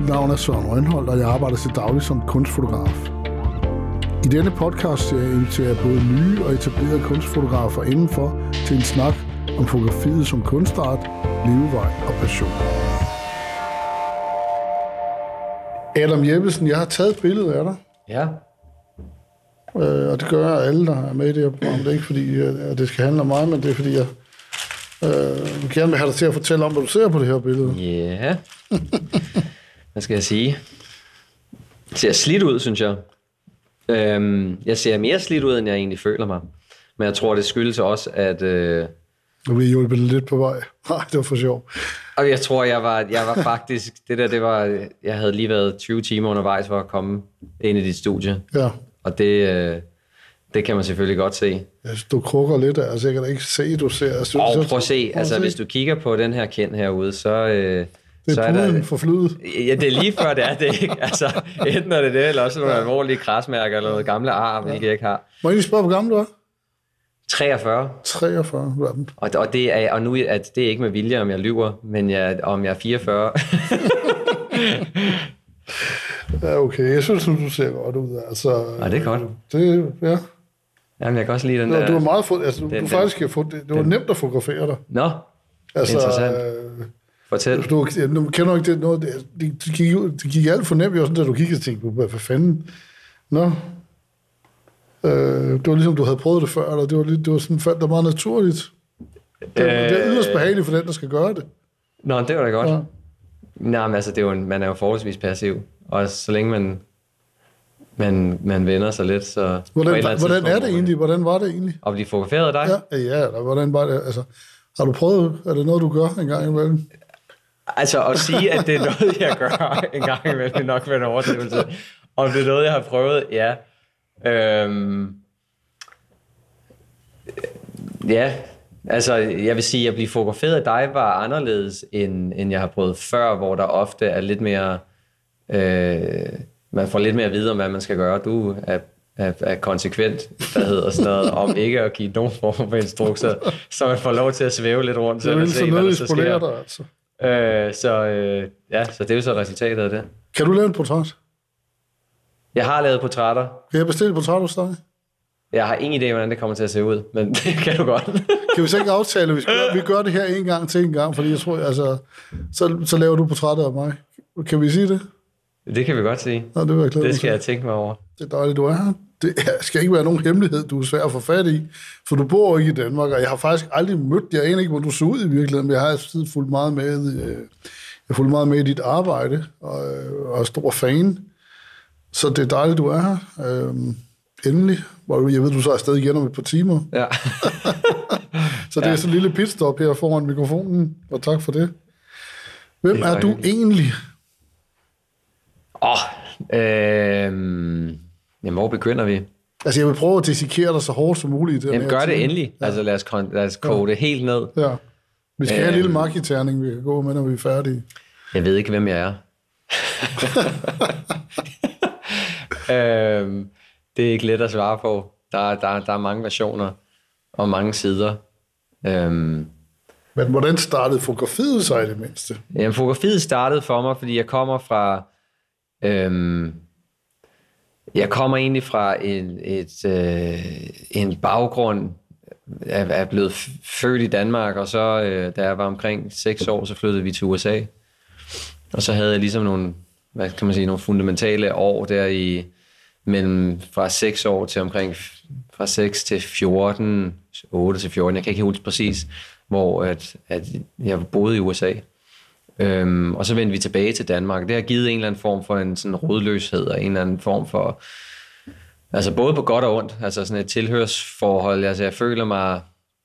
Mit navn er Søren Rønholdt, og jeg arbejder til daglig som kunstfotograf. I denne podcast inviterer jeg både nye og etablerede kunstfotografer indenfor til en snak om fotografiet som kunstart, levevej og passion. Adam Jeppesen, jeg har taget et billede af dig. Ja. Og det gør alle, der er med i det her program. Det er ikke fordi, at det skal handle om mig, men det er fordi, jeg gerne vil have dig til at fortælle om, hvad du ser på det her billede. Ja. Hvad skal jeg sige? Det ser slidt ud, synes jeg. Jeg ser mere slidt ud, end jeg egentlig føler mig. Men jeg tror, det skyldes også, at... Nu vil jeg hjælpe lidt på vej. Nej, det var for sjov. Og jeg tror, jeg var faktisk... Jeg havde lige været 20 timer undervejs for at komme ind i dit studie. Ja. Og det kan man selvfølgelig godt se. Du krukker lidt, altså jeg kan da ikke se, du ser... Prøv at se, altså hvis du kigger på den her kind herude, så... det er puden for flyet. Ja, det er lige før det er det, ikke? Altså, enten er det, eller også nogle alvorlige krasmærker, eller noget gamle ar, hvilket jeg ikke har. Må jeg lige spørge, hvor gammel du er? 43. 43. Og nu er det ikke med vilje, om jeg lyver, men om jeg er 44. Ja, okay. Jeg synes, du ser godt ud. Altså, ja, det er godt. Ja. Jamen, jeg kan også lide den der... Du er meget... Altså, du faktisk har fået... Det var nemt at fotografere dig. Nå, altså, interessant. Fortæl. Du kender ikke det noget... Det gik alt for nemt, da du kiggede og tænkte, hvad fanden? Nå. Det var ligesom, du havde prøvet det før, eller det var sådan fandt det meget naturligt. Det er yderst behageligt for den, der skal gøre det. Nå, det var da godt. Ja. Nej, men altså, man er jo forholdsvis passiv, og så længe man vender sig lidt, så... Hvordan er det egentlig? Hvordan var det egentlig? At blive fotograferet af dig? Ja, eller hvordan var det? Altså, har du prøvet? Er det noget, du gør en gang imellem? Altså, at sige, at det er noget, jeg gør en gang imellem, vil nok være en overdrivelse. Om det er noget, jeg har prøvet, ja. Ja, altså jeg vil sige, at jeg blive fotograferet af dig var anderledes, end jeg har prøvet før, hvor der ofte er lidt mere, man får lidt mere at vide om, hvad man skal gøre. Du er konsekvent, der hedder sådan noget, om ikke at give nogen form for instrukser, så man får lov til at svæve lidt rundt. Det er så noget, der sker. Dig, altså. Så det er jo så resultatet af det. Kan du lave en portræt? Jeg har lavet portrætter. Kan jeg bestille et portræt hos dig? Jeg har ingen idé, hvordan det kommer til at se ud, men det kan du godt. Kan vi så ikke aftale, vi gør det her en gang til en gang, fordi jeg tror, altså, så laver du portrætter af mig. Kan vi sige det? Det kan vi godt sige. Nå, det skal jeg tænke mig over. Det er dejligt, du er her. Det skal ikke være nogen hemmelighed, du er svær at få fat i, for du bor ikke i Danmark, og jeg har faktisk aldrig mødt dig. Jeg aner ikke, hvor du så ud i virkeligheden, men jeg har altid fulgt meget med i dit arbejde, og er stor fan. Så det er dejligt, du er her. Endelig. Jeg ved, du så er afsted igen om et par timer. Ja. Så det er sådan en lille pitstop her foran mikrofonen, og tak for det. Hvem er du egentlig? Hvor begynder vi? Altså, jeg vil prøve at dissekere dig så hårdt som muligt. Jamen, gør det endelig. Ja. Altså, lad os koge det helt ned. Ja. Vi skal have en lille magiterning, vi kan gå med, når vi er færdige. Jeg ved ikke, hvem jeg er. Det er ikke let at svare på. Der er mange versioner og mange sider. Men hvordan startede fotografiet sig i det mindste? Jamen, fotografiet startede for mig, fordi jeg kommer fra... jeg kommer egentlig fra en baggrund. Jeg er blevet født i Danmark, og så da jeg var omkring 6 år, så flyttede vi til USA. Og så havde jeg ligesom nogle fundamentale år der mellem fra 6 år til omkring fra 6 til 14, 8 til 14, jeg kan ikke huske præcis, hvor at jeg boede i USA. Og så vendte vi tilbage til Danmark. Det har givet en eller anden form for en sådan rodløshed, og en eller anden form for, altså både på godt og ondt, altså sådan et tilhørsforhold. Altså jeg føler mig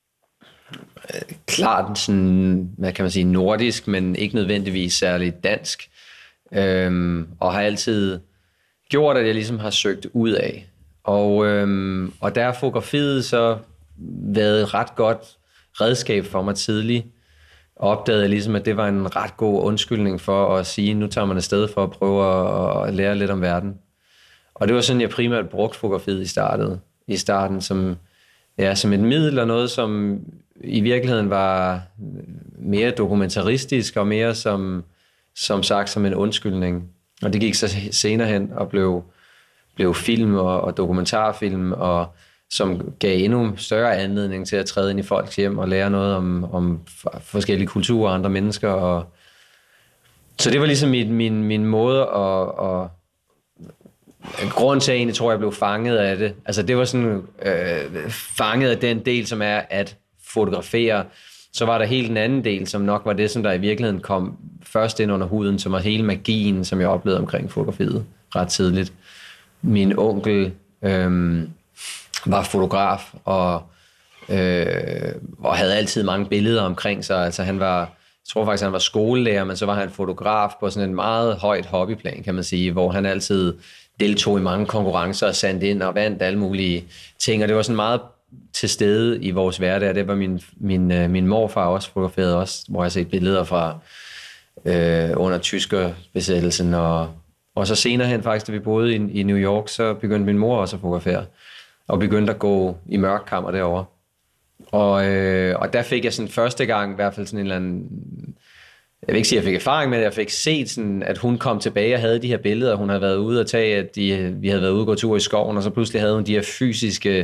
klart sådan, hvad kan man sige, nordisk, men ikke nødvendigvis særligt dansk. Og har altid gjort, at jeg ligesom har søgt ud af. Og der er fotografiet så været et ret godt redskab for mig tidligt. Og opdagede jeg ligesom, at det var en ret god undskyldning for at sige, nu tager man afsted for at prøve at lære lidt om verden. Og det var sådan, jeg primært brugte fotografiet i starten som et middel og noget, som i virkeligheden var mere dokumentaristisk og mere som som sagt som en undskyldning. Og det gik så senere hen og blev film og dokumentarfilm, og som gav endnu større anledning til at træde ind i folks hjem og lære noget om forskellige kulturer og andre mennesker. Og så det var ligesom min måde at grunden til, at jeg egentlig tror, jeg blev fanget af det. Altså det var sådan fanget af den del, som er at fotografere. Så var der helt en anden del, som nok var det, som der i virkeligheden kom først ind under huden, som var hele magien, som jeg oplevede omkring fotografiet ret tidligt. Min onkel var fotograf og havde altid mange billeder omkring sig. Altså jeg tror faktisk, han var skolelærer, men så var han fotograf på sådan en meget højt hobbyplan, kan man sige, hvor han altid deltog i mange konkurrencer og sendte ind og vandt alle mulige ting. Og det var sådan meget til stede i vores hverdag. Det var min morfar også fotograferet også, hvor jeg har set billeder fra under tyskerbesættelsen. Og så senere hen faktisk, da vi boede i New York, så begyndte min mor også at fotografere. Og begyndte at gå i mørkkammer derovre. Og der fik jeg sådan første gang i hvert fald sådan en eller anden... Jeg vil ikke sige, at jeg fik erfaring med det. Jeg fik set sådan, at hun kom tilbage og havde de her billeder. Hun havde været ude og tage, at vi havde været ude og gå tur i skoven, og så pludselig havde hun de her fysiske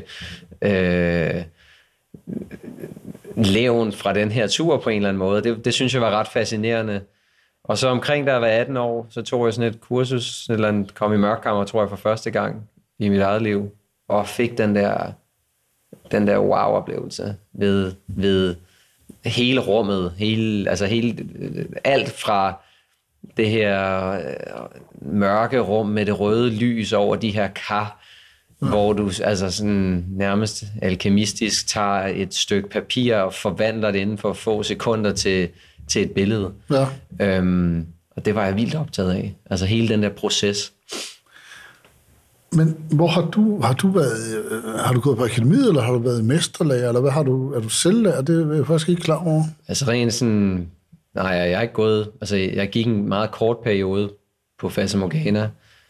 levn fra den her tur på en eller anden måde. Det synes jeg var ret fascinerende. Og så omkring da jeg var 18 år, så tog jeg sådan et kursus, eller kom i mørkkammer, tror jeg, for første gang i mit eget liv, og fik den der wow-oplevelse ved hele rummet, alt fra det her mørke rum med det røde lys over de her kar, hvor du altså sådan nærmest alkemistisk tager et stykke papir og forvandler det inden for få sekunder til et billede. Ja. Og det var jeg vildt optaget af. Altså hele den der proces. Men hvor har du været? Har du gået på akademiet, eller har du været mesterlærer, eller hvad har du? Er du selvlærer? Det er jeg faktisk ikke klar over. Altså rent sådan... Nej, jeg har ikke gået... Altså, jeg gik en meget kort periode på Fata Morgana.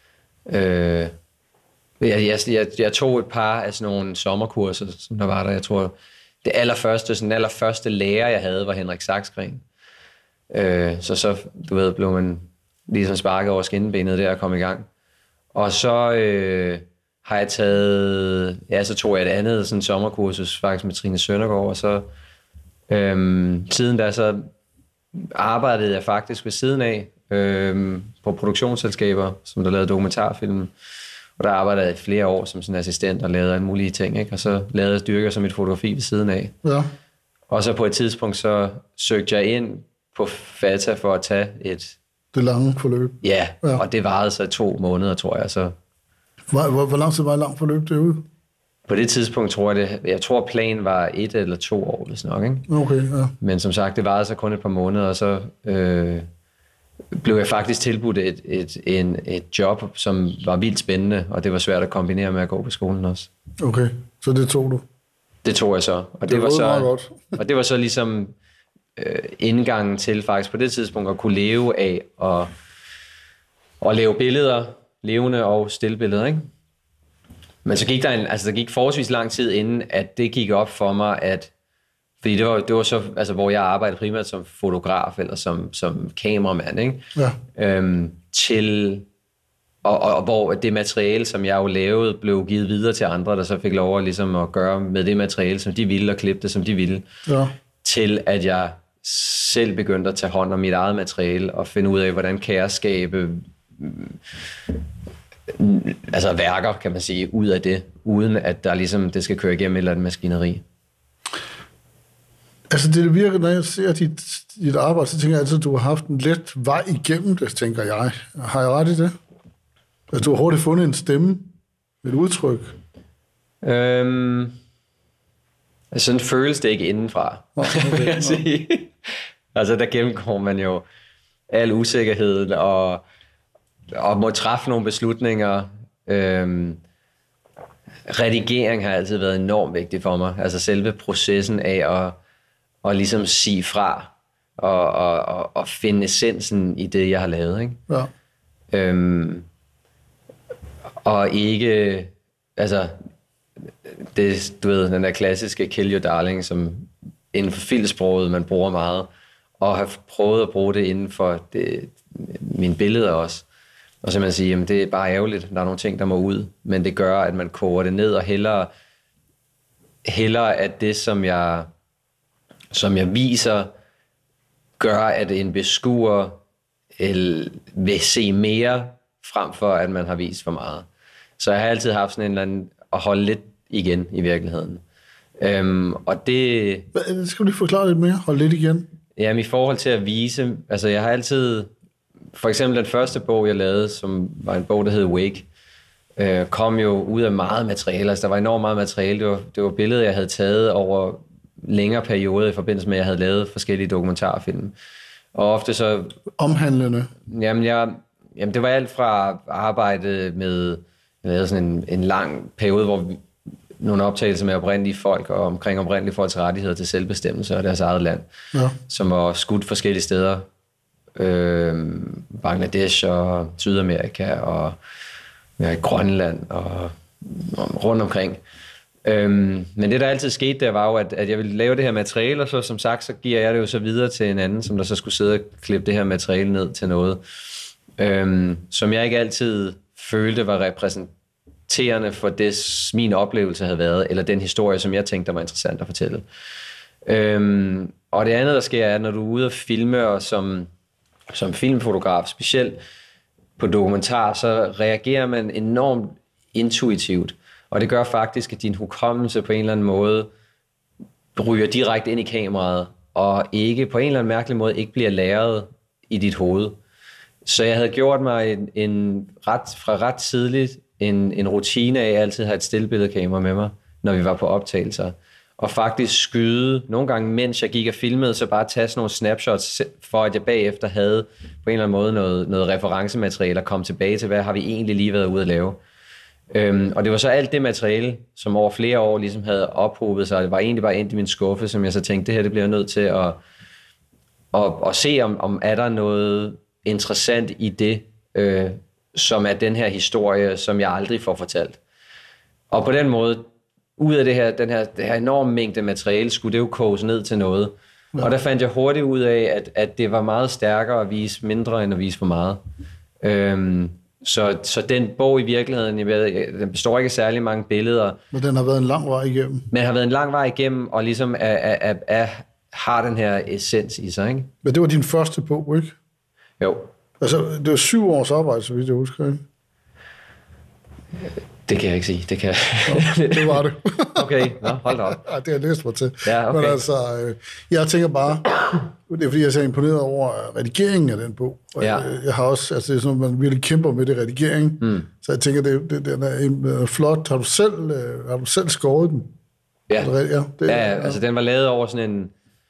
Jeg tog et par af sådan nogle sommerkurser, som der var der. Jeg tror, det allerførste lærer, jeg havde, var Henrik Saxgren. Så du ved, blev man ligesom sparket over skinnebenet der og kom i gang. Og så har jeg taget... Ja, så tog jeg et andet sådan sommerkursus faktisk med Trine Søndergaard, og så siden da så arbejdede jeg faktisk ved siden af på produktionsselskaber, som der lavede dokumentarfilm. Og der arbejdede jeg i flere år som sådan assistent og lavede alle mulige ting, ikke? Og så lavede jeg styrker som et fotografi ved siden af. Ja. Og så på et tidspunkt så søgte jeg ind på Fata for at tage det lange forløb. Ja, og det varede så 2 måneder, tror jeg. Så. Hvor lang tid var et langt forløb derude? På det tidspunkt tror jeg tror planen var 1 eller 2 år, hvis nok, ikke? Okay, ja. Men som sagt, det varede så kun et par måneder, og så blev jeg faktisk tilbudt et job, som var vildt spændende, og det var svært at kombinere med at gå på skolen også. Okay, så det tog du? Det tog jeg så. Og det var så meget godt. Og det var så ligesom indgangen til faktisk på det tidspunkt at kunne leve af og lave billeder, levende og stillbilleder, ikke? Men så gik der gik forholdsvis lang tid inden, at det gik op for mig, at fordi det var så, altså hvor jeg arbejdede primært som fotograf eller som kameramand, ikke? Ja. Og hvor det materiale, som jeg jo lavede, blev givet videre til andre, der så fik lov ligesom at gøre med det materiale, som de ville, og klippe det, som de ville. Ja. Til at jeg selv begyndte at tage hånd om mit eget materiale og finde ud af, hvordan kan jeg skabe altså værker, kan man sige, ud af det, uden at der ligesom, det skal køre igennem et eller andet maskineri. Altså det virker, når jeg ser dit arbejde, så tænker jeg altid, at du har haft en let vej igennem det, tænker jeg. Har jeg ret i det? At du har hurtigt fundet en stemme, et udtryk? Sådan føles det ikke indenfra, vil jeg sige. Altså der gennemgår man jo al usikkerheden og må træffe nogle beslutninger. Redigering har altid været enormt vigtigt for mig. Altså selve processen af at ligesom sige fra og finde essensen i det, jeg har lavet, ikke? Ja. Og ikke... Altså, det, du ved, den der klassiske kill your darling, som inden for filmsproget man bruger meget, og har prøvet at bruge det inden for mine billeder også. Og så man sige, jamen det er bare ærgerligt, der er nogle ting, der må ud, men det gør, at man koger det ned, og hellere at det, som jeg viser, gør, at en beskuer vil se mere, frem for at man har vist for meget. Så jeg har altid haft sådan en eller anden, at holde lidt igen i virkeligheden. Og det... Skal du lige forklare lidt mere? Hold lidt igen. Jamen i forhold til at vise, altså jeg har altid, for eksempel den første bog, jeg lavede, som var en bog, der hed Wake, kom jo ud af meget materiale. Altså der var enormt meget materiale. Det var billeder, jeg havde taget over længere perioder i forbindelse med, at jeg havde lavet forskellige dokumentarfilm. Og ofte så... Omhandlende? Jamen det var alt fra arbejde med... Jeg lavede sådan en lang periode, hvor nogle optagelser med oprindelige folk og omkring oprindelige folks rettigheder til selvbestemmelse og deres eget land, som var skudt forskellige steder. Bangladesh og Sydamerika og Grønland og rundt omkring. Men det, der altid skete, der var jo, at jeg ville lave det her materiale, og så som sagt, så giver jeg det jo så videre til en anden, som der så skulle sidde og klippe det her materiale ned til noget, som jeg ikke altid følte var repræsenterende for det, min oplevelse havde været, eller den historie, som jeg tænkte, der var interessant at fortælle. Og det andet, der sker, er, at når du er ude at filme, og som filmfotograf, specielt på dokumentar, så reagerer man enormt intuitivt. Og det gør faktisk, at din hukommelse på en eller anden måde ryger direkte ind i kameraet, og ikke på en eller anden mærkelig måde ikke bliver lagret i dit hoved. Så jeg havde gjort mig fra ret tidligt en rutine af at altid have et stillbilledkamera med mig, når vi var på optagelser. Og faktisk skyde, nogle gange mens jeg gik og filmede, så bare tage sådan nogle snapshots, for at jeg bagefter havde på en eller anden måde noget referencemateriale, og komme tilbage til, hvad har vi egentlig lige været ude at lave. Og det var så alt det materiale, som over flere år ligesom havde ophobet sig, og det var egentlig bare endt i min skuffe, som jeg så tænkte, det her det bliver jeg nødt til at se, om er der noget interessant i det, som er den her historie, som jeg aldrig får fortalt. Og på den måde, ud af det her enorme mængde materiale, skulle det jo koges ned til noget. Ja. Og der fandt jeg hurtigt ud af, at det var meget stærkere at vise mindre, end at vise for meget. Så den bog i virkeligheden, den består ikke af særlig mange billeder. Men den har været en lang vej igennem. Men har været en lang vej igennem, og ligesom har den her essens i sig, ikke? Men det var din første bog, ikke? Jo. Altså, det var 7 års arbejde, så vidt jeg husker, ikke? Det kan jeg ikke sige. Det kan det var det. Okay, hold da op. Ja, det har jeg læst mig til. Ja, okay. Men altså, jeg tænker bare, det er fordi, jeg er så imponeret over redigeringen af den bog. Og jeg har også, altså det er sådan, man virkelig kæmper med det redigering. Så jeg tænker, den er flot. Har du selv skåret den? Ja. Altså den var lavet over sådan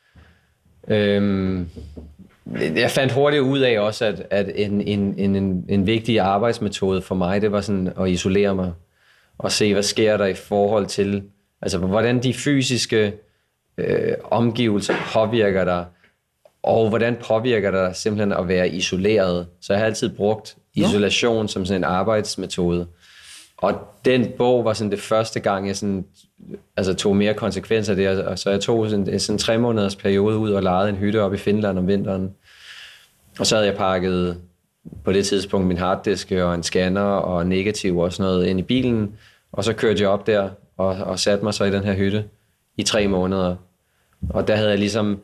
en... Jeg fandt hurtigt ud af også, at en vigtig arbejdsmetode for mig, det var sådan at isolere mig og se, hvad sker der i forhold til, altså hvordan de fysiske omgivelser påvirker dig, og hvordan påvirker dig simpelthen at være isoleret. Så jeg har altid brugt isolation som sådan en arbejdsmetode. Og den bog var sådan det første gang, jeg sådan, altså tog mere konsekvenser af det, og så jeg tog sådan 3 måneders periode ud og lejede en hytte op i Finland om vinteren. Og så havde jeg pakket på det tidspunkt min harddisk og en scanner og negativ og sådan noget ind i bilen, og så kørte jeg op der og satte mig så i den her hytte i 3 måneder. Og der havde jeg ligesom...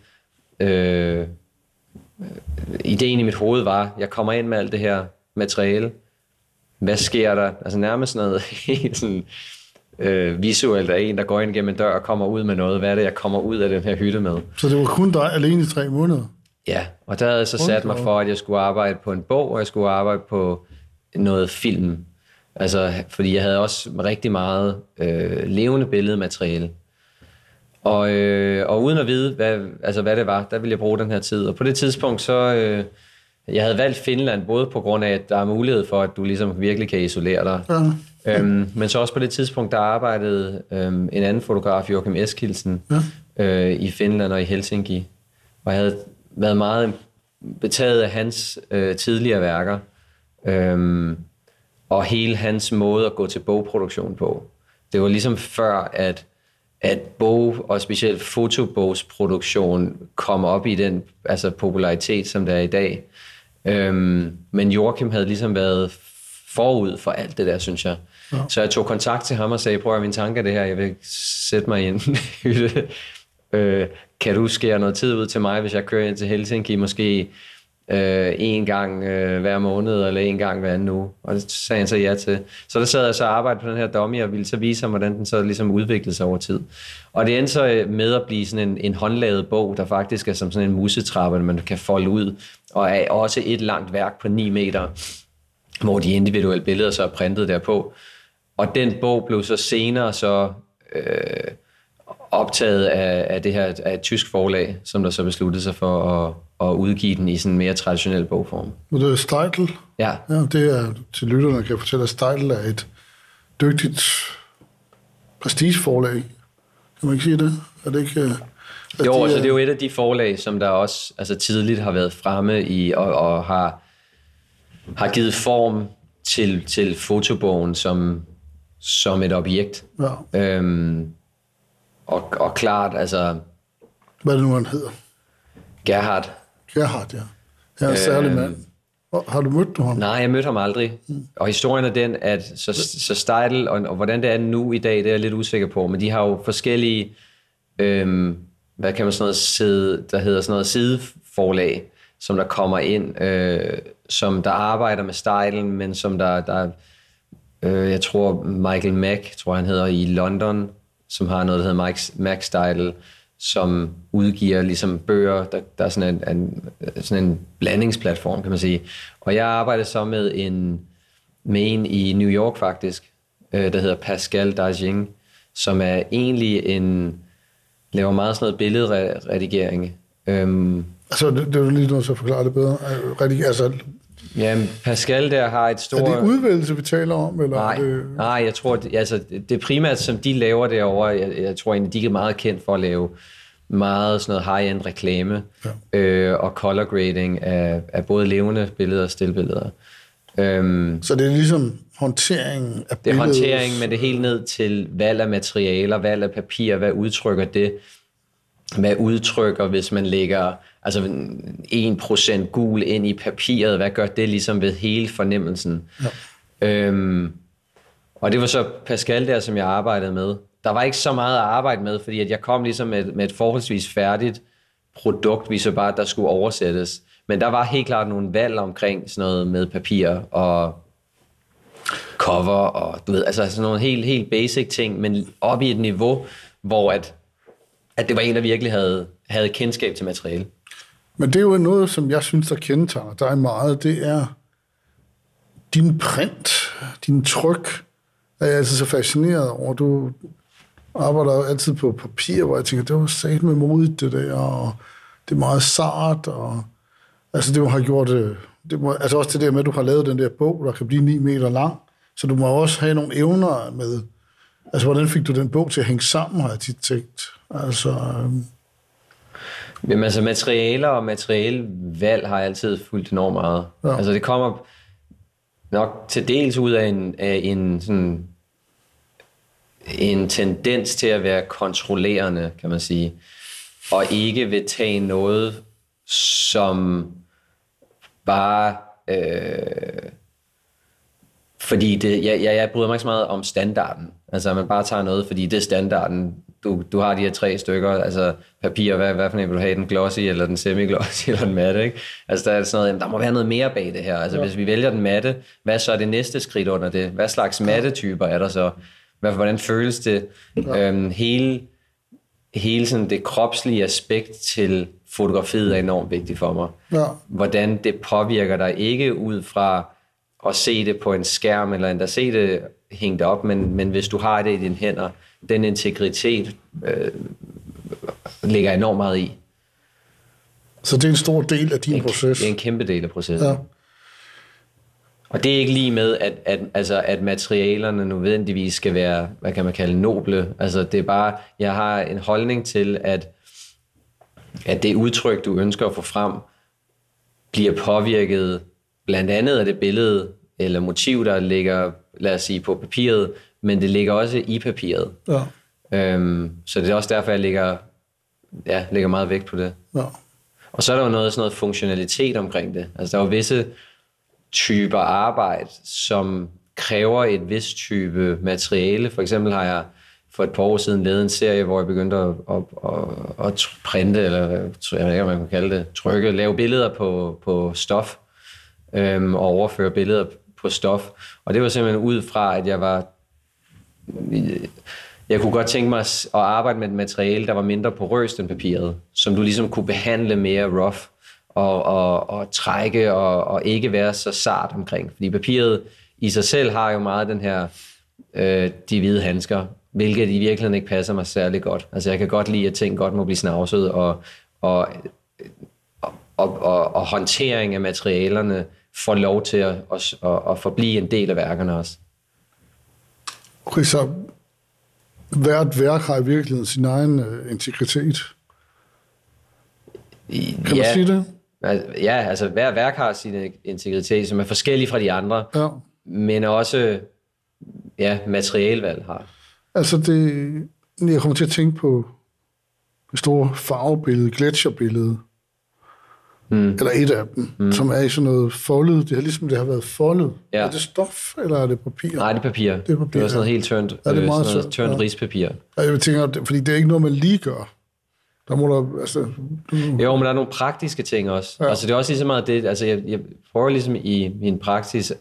ideen i mit hoved var, jeg kommer ind med alt det her materiale. Hvad sker der? Altså nærmest noget helt sådan visuelt af en, der går ind gennem en dør og kommer ud med noget. Hvad er det, jeg kommer ud af den her hytte med? Så det var kun dig alene i 3 måneder? Ja, og der havde jeg så sat mig for, at jeg skulle arbejde på en bog, og jeg skulle arbejde på noget film. Altså, fordi jeg havde også rigtig meget levende billedmateriale. Og uden at vide, hvad det var, der ville jeg bruge den her tid. Og på det tidspunkt, så... jeg havde valgt Finland, både på grund af, at der er mulighed for, at du ligesom virkelig kan isolere dig. Men så også på det tidspunkt, der arbejdede en anden fotograf, Joachim Eskildsen, i Finland og i Helsinki. Og jeg havde været meget betaget af hans tidligere værker. Og hele hans måde at gå til bogproduktion på. Det var ligesom før, at bog, og specielt fotobogsproduktion, kom op i den popularitet, som der er i dag. Men Joachim havde ligesom været forud for alt det der, synes jeg. Ja. Så jeg tog kontakt til ham og sagde, prøv at min tanke er det her, jeg vil sætte mig i en hytte. Kan du skære noget tid ud til mig, hvis jeg kører ind til Helsinki, måske en gang hver måned, eller en gang hver anden uge? Og det sagde han så ja til. Så der sad jeg så og arbejdede på den her dummy, og ville så vise ham, hvordan den så ligesom udviklede sig over tid. Og det endte så med at blive sådan en håndlavet bog, der faktisk er som sådan en musetrappe, man kan folde ud, og er også et langt værk på 9 meter, hvor de individuelle billeder så er printet derpå. Og den bog blev så senere så optaget af det her af et tysk forlag, som der så besluttede sig for at udgive den i sådan en mere traditionel bogform. Og det er Steitel? Ja. Ja, det er til lytterne, kan jeg fortælle, at Steitel er et dygtigt prestigeforlag. Kan man ikke sige det? Er det ikke... Jo, altså det er jo et af de forlag, som der også altså tidligt har været fremme i, og har givet form til fotobogen som et objekt. Ja. Og klart, altså... Hvad er det nu, han hedder? Gerhard, ja. Han er en særlig mand. Har du mødt ham? Nej, jeg mødte ham aldrig. Og historien er den, at så Steitel, og hvordan det er nu i dag, det er jeg lidt usikker på, men de har jo forskellige, hvad kan man sådan noget, der hedder sådan noget sideforlag, som der kommer ind, som der arbejder med Steitel, men som der jeg tror Michael Mack, tror han hedder, i London, som har noget, der hedder Mack Steitel, som udgiver ligesom bøger, der er sådan en blandingsplatform, kan man sige. Og jeg arbejder så med en i New York faktisk, der hedder Pascal Darging, som er egentlig laver meget sådan noget billedredigering. Altså, det er lige noget, så forklare det bedre. Ja, Pascal der har et stort... Er det udvælgelse, vi taler om? Eller nej, jeg tror, det primært, som de laver derovre, jeg tror egentlig, de er meget kendt for at lave meget sådan noget high-end reklame, ja. Og color grading af både levende billeder og stillbilleder. Så det er ligesom håndteringen af billedet? Det er håndteringen, men det er helt ned til valg af materialer, valg af papir, hvad udtrykker det? Hvad udtrykker, hvis man lægger 1% gul ind i papiret? Hvad gør det ligesom ved hele fornemmelsen? Ja. Og det var så Pascal der, som jeg arbejdede med. Der var ikke så meget at arbejde med, fordi at jeg kom ligesom med et forholdsvis færdigt produkt, vi så bare, der skulle oversættes. Men der var helt klart nogle valg omkring sådan noget med papir og cover og du ved, altså sådan nogle helt basic ting, men op i et niveau, hvor at det var en, der virkelig havde kendskab til materiale. Men det er jo noget, som jeg synes, der kendetegner dig meget, det er din print, din tryk, er jeg altid så fascineret over. Du arbejder jo altid på papir, hvor jeg tænker, det var sat med modigt det der, og det er meget sart, og altså det må have gjort altså også det der med, at du har lavet den der bog, der kan blive 9 meter lang, så du må også have nogle evner med, altså hvordan fik du den bog til at hænge sammen, har jeg tit tænkt. Jamen altså materialer og materialevalg har jeg altid fulgt enormt meget. Ja. Altså det kommer nok til dels ud af en tendens til at være kontrollerende, kan man sige, og ikke vil tage noget, som bare... fordi jeg bryder mig ikke så meget om standarden. Altså man bare tager noget, fordi det er standarden. Du har de her 3 stykker, altså papir, hvad for en vil du have, den glossy, eller den semi-glossy, eller den matte, ikke? Altså der er sådan noget, der må være noget mere bag det her. Altså hvis vi vælger den matte, hvad så er det næste skridt under det? Hvad slags mattetyper er der så? Hvordan føles det? Hele sådan det kropslige aspekt til fotografiet er enormt vigtigt for mig. Ja. Hvordan det påvirker dig, ikke ud fra at se det på en skærm, eller endda se det hængt op, men hvis du har det i dine hænder, den integritet ligger enormt meget i. Så det er en stor del af din proces? Det er en kæmpe del af processen. Ja. Og det er ikke lige med, at materialerne nødvendigvis skal være, hvad kan man kalde, noble. Altså det er bare, jeg har en holdning til, at det udtryk, du ønsker at få frem, bliver påvirket blandt andet af det billede eller motiv, der ligger, lad os sige, på papiret, men det ligger også i papiret. Ja. Så det er også derfor, jeg lægger meget vægt på det. Ja. Og så er der jo sådan noget funktionalitet omkring det. Altså der er jo visse typer arbejde, som kræver et vist type materiale. For eksempel har jeg for et par år siden lavet en serie, hvor jeg begyndte at printe, eller jeg ved ikke, hvad man kan kalde det, trykke, lave billeder på stof, og overføre billeder på stof. Og det var simpelthen ud fra, at jeg kunne godt tænke mig at arbejde med et materiale, der var mindre porøst end papiret, som du ligesom kunne behandle mere rough, og trække, og ikke være så sart omkring. Fordi papiret i sig selv har jo meget den her, de hvide handsker, hvilket i virkeligheden ikke passer mig særlig godt. Altså jeg kan godt lide, at ting godt må blive snavset, og håndtering af materialerne får lov til at forblive en del af værkerne også. Okay, så hvert værk har i virkeligheden sin egen integritet. Kan man sige det? Ja, altså hver værk har sin integritet, som er forskellig fra de andre, ja. Men også materialevalg har. Altså jeg kommer til at tænke på det store farvebillede, gletsjerbillede, eller et af dem, som er i sådan noget foldet. Det er ligesom, det har været foldet. Ja. Er det stof, eller er det papir? Nej, det er papir. Det er papir, det er sådan noget helt tyndt, tyndt rispapir. Ja, jeg tænker, fordi det er ikke noget, man lige gør. Der må der, altså... Jo, men der er nogle praktiske ting også. Ja. Altså det er også ligesom meget det, altså jeg prøver ligesom i min praksis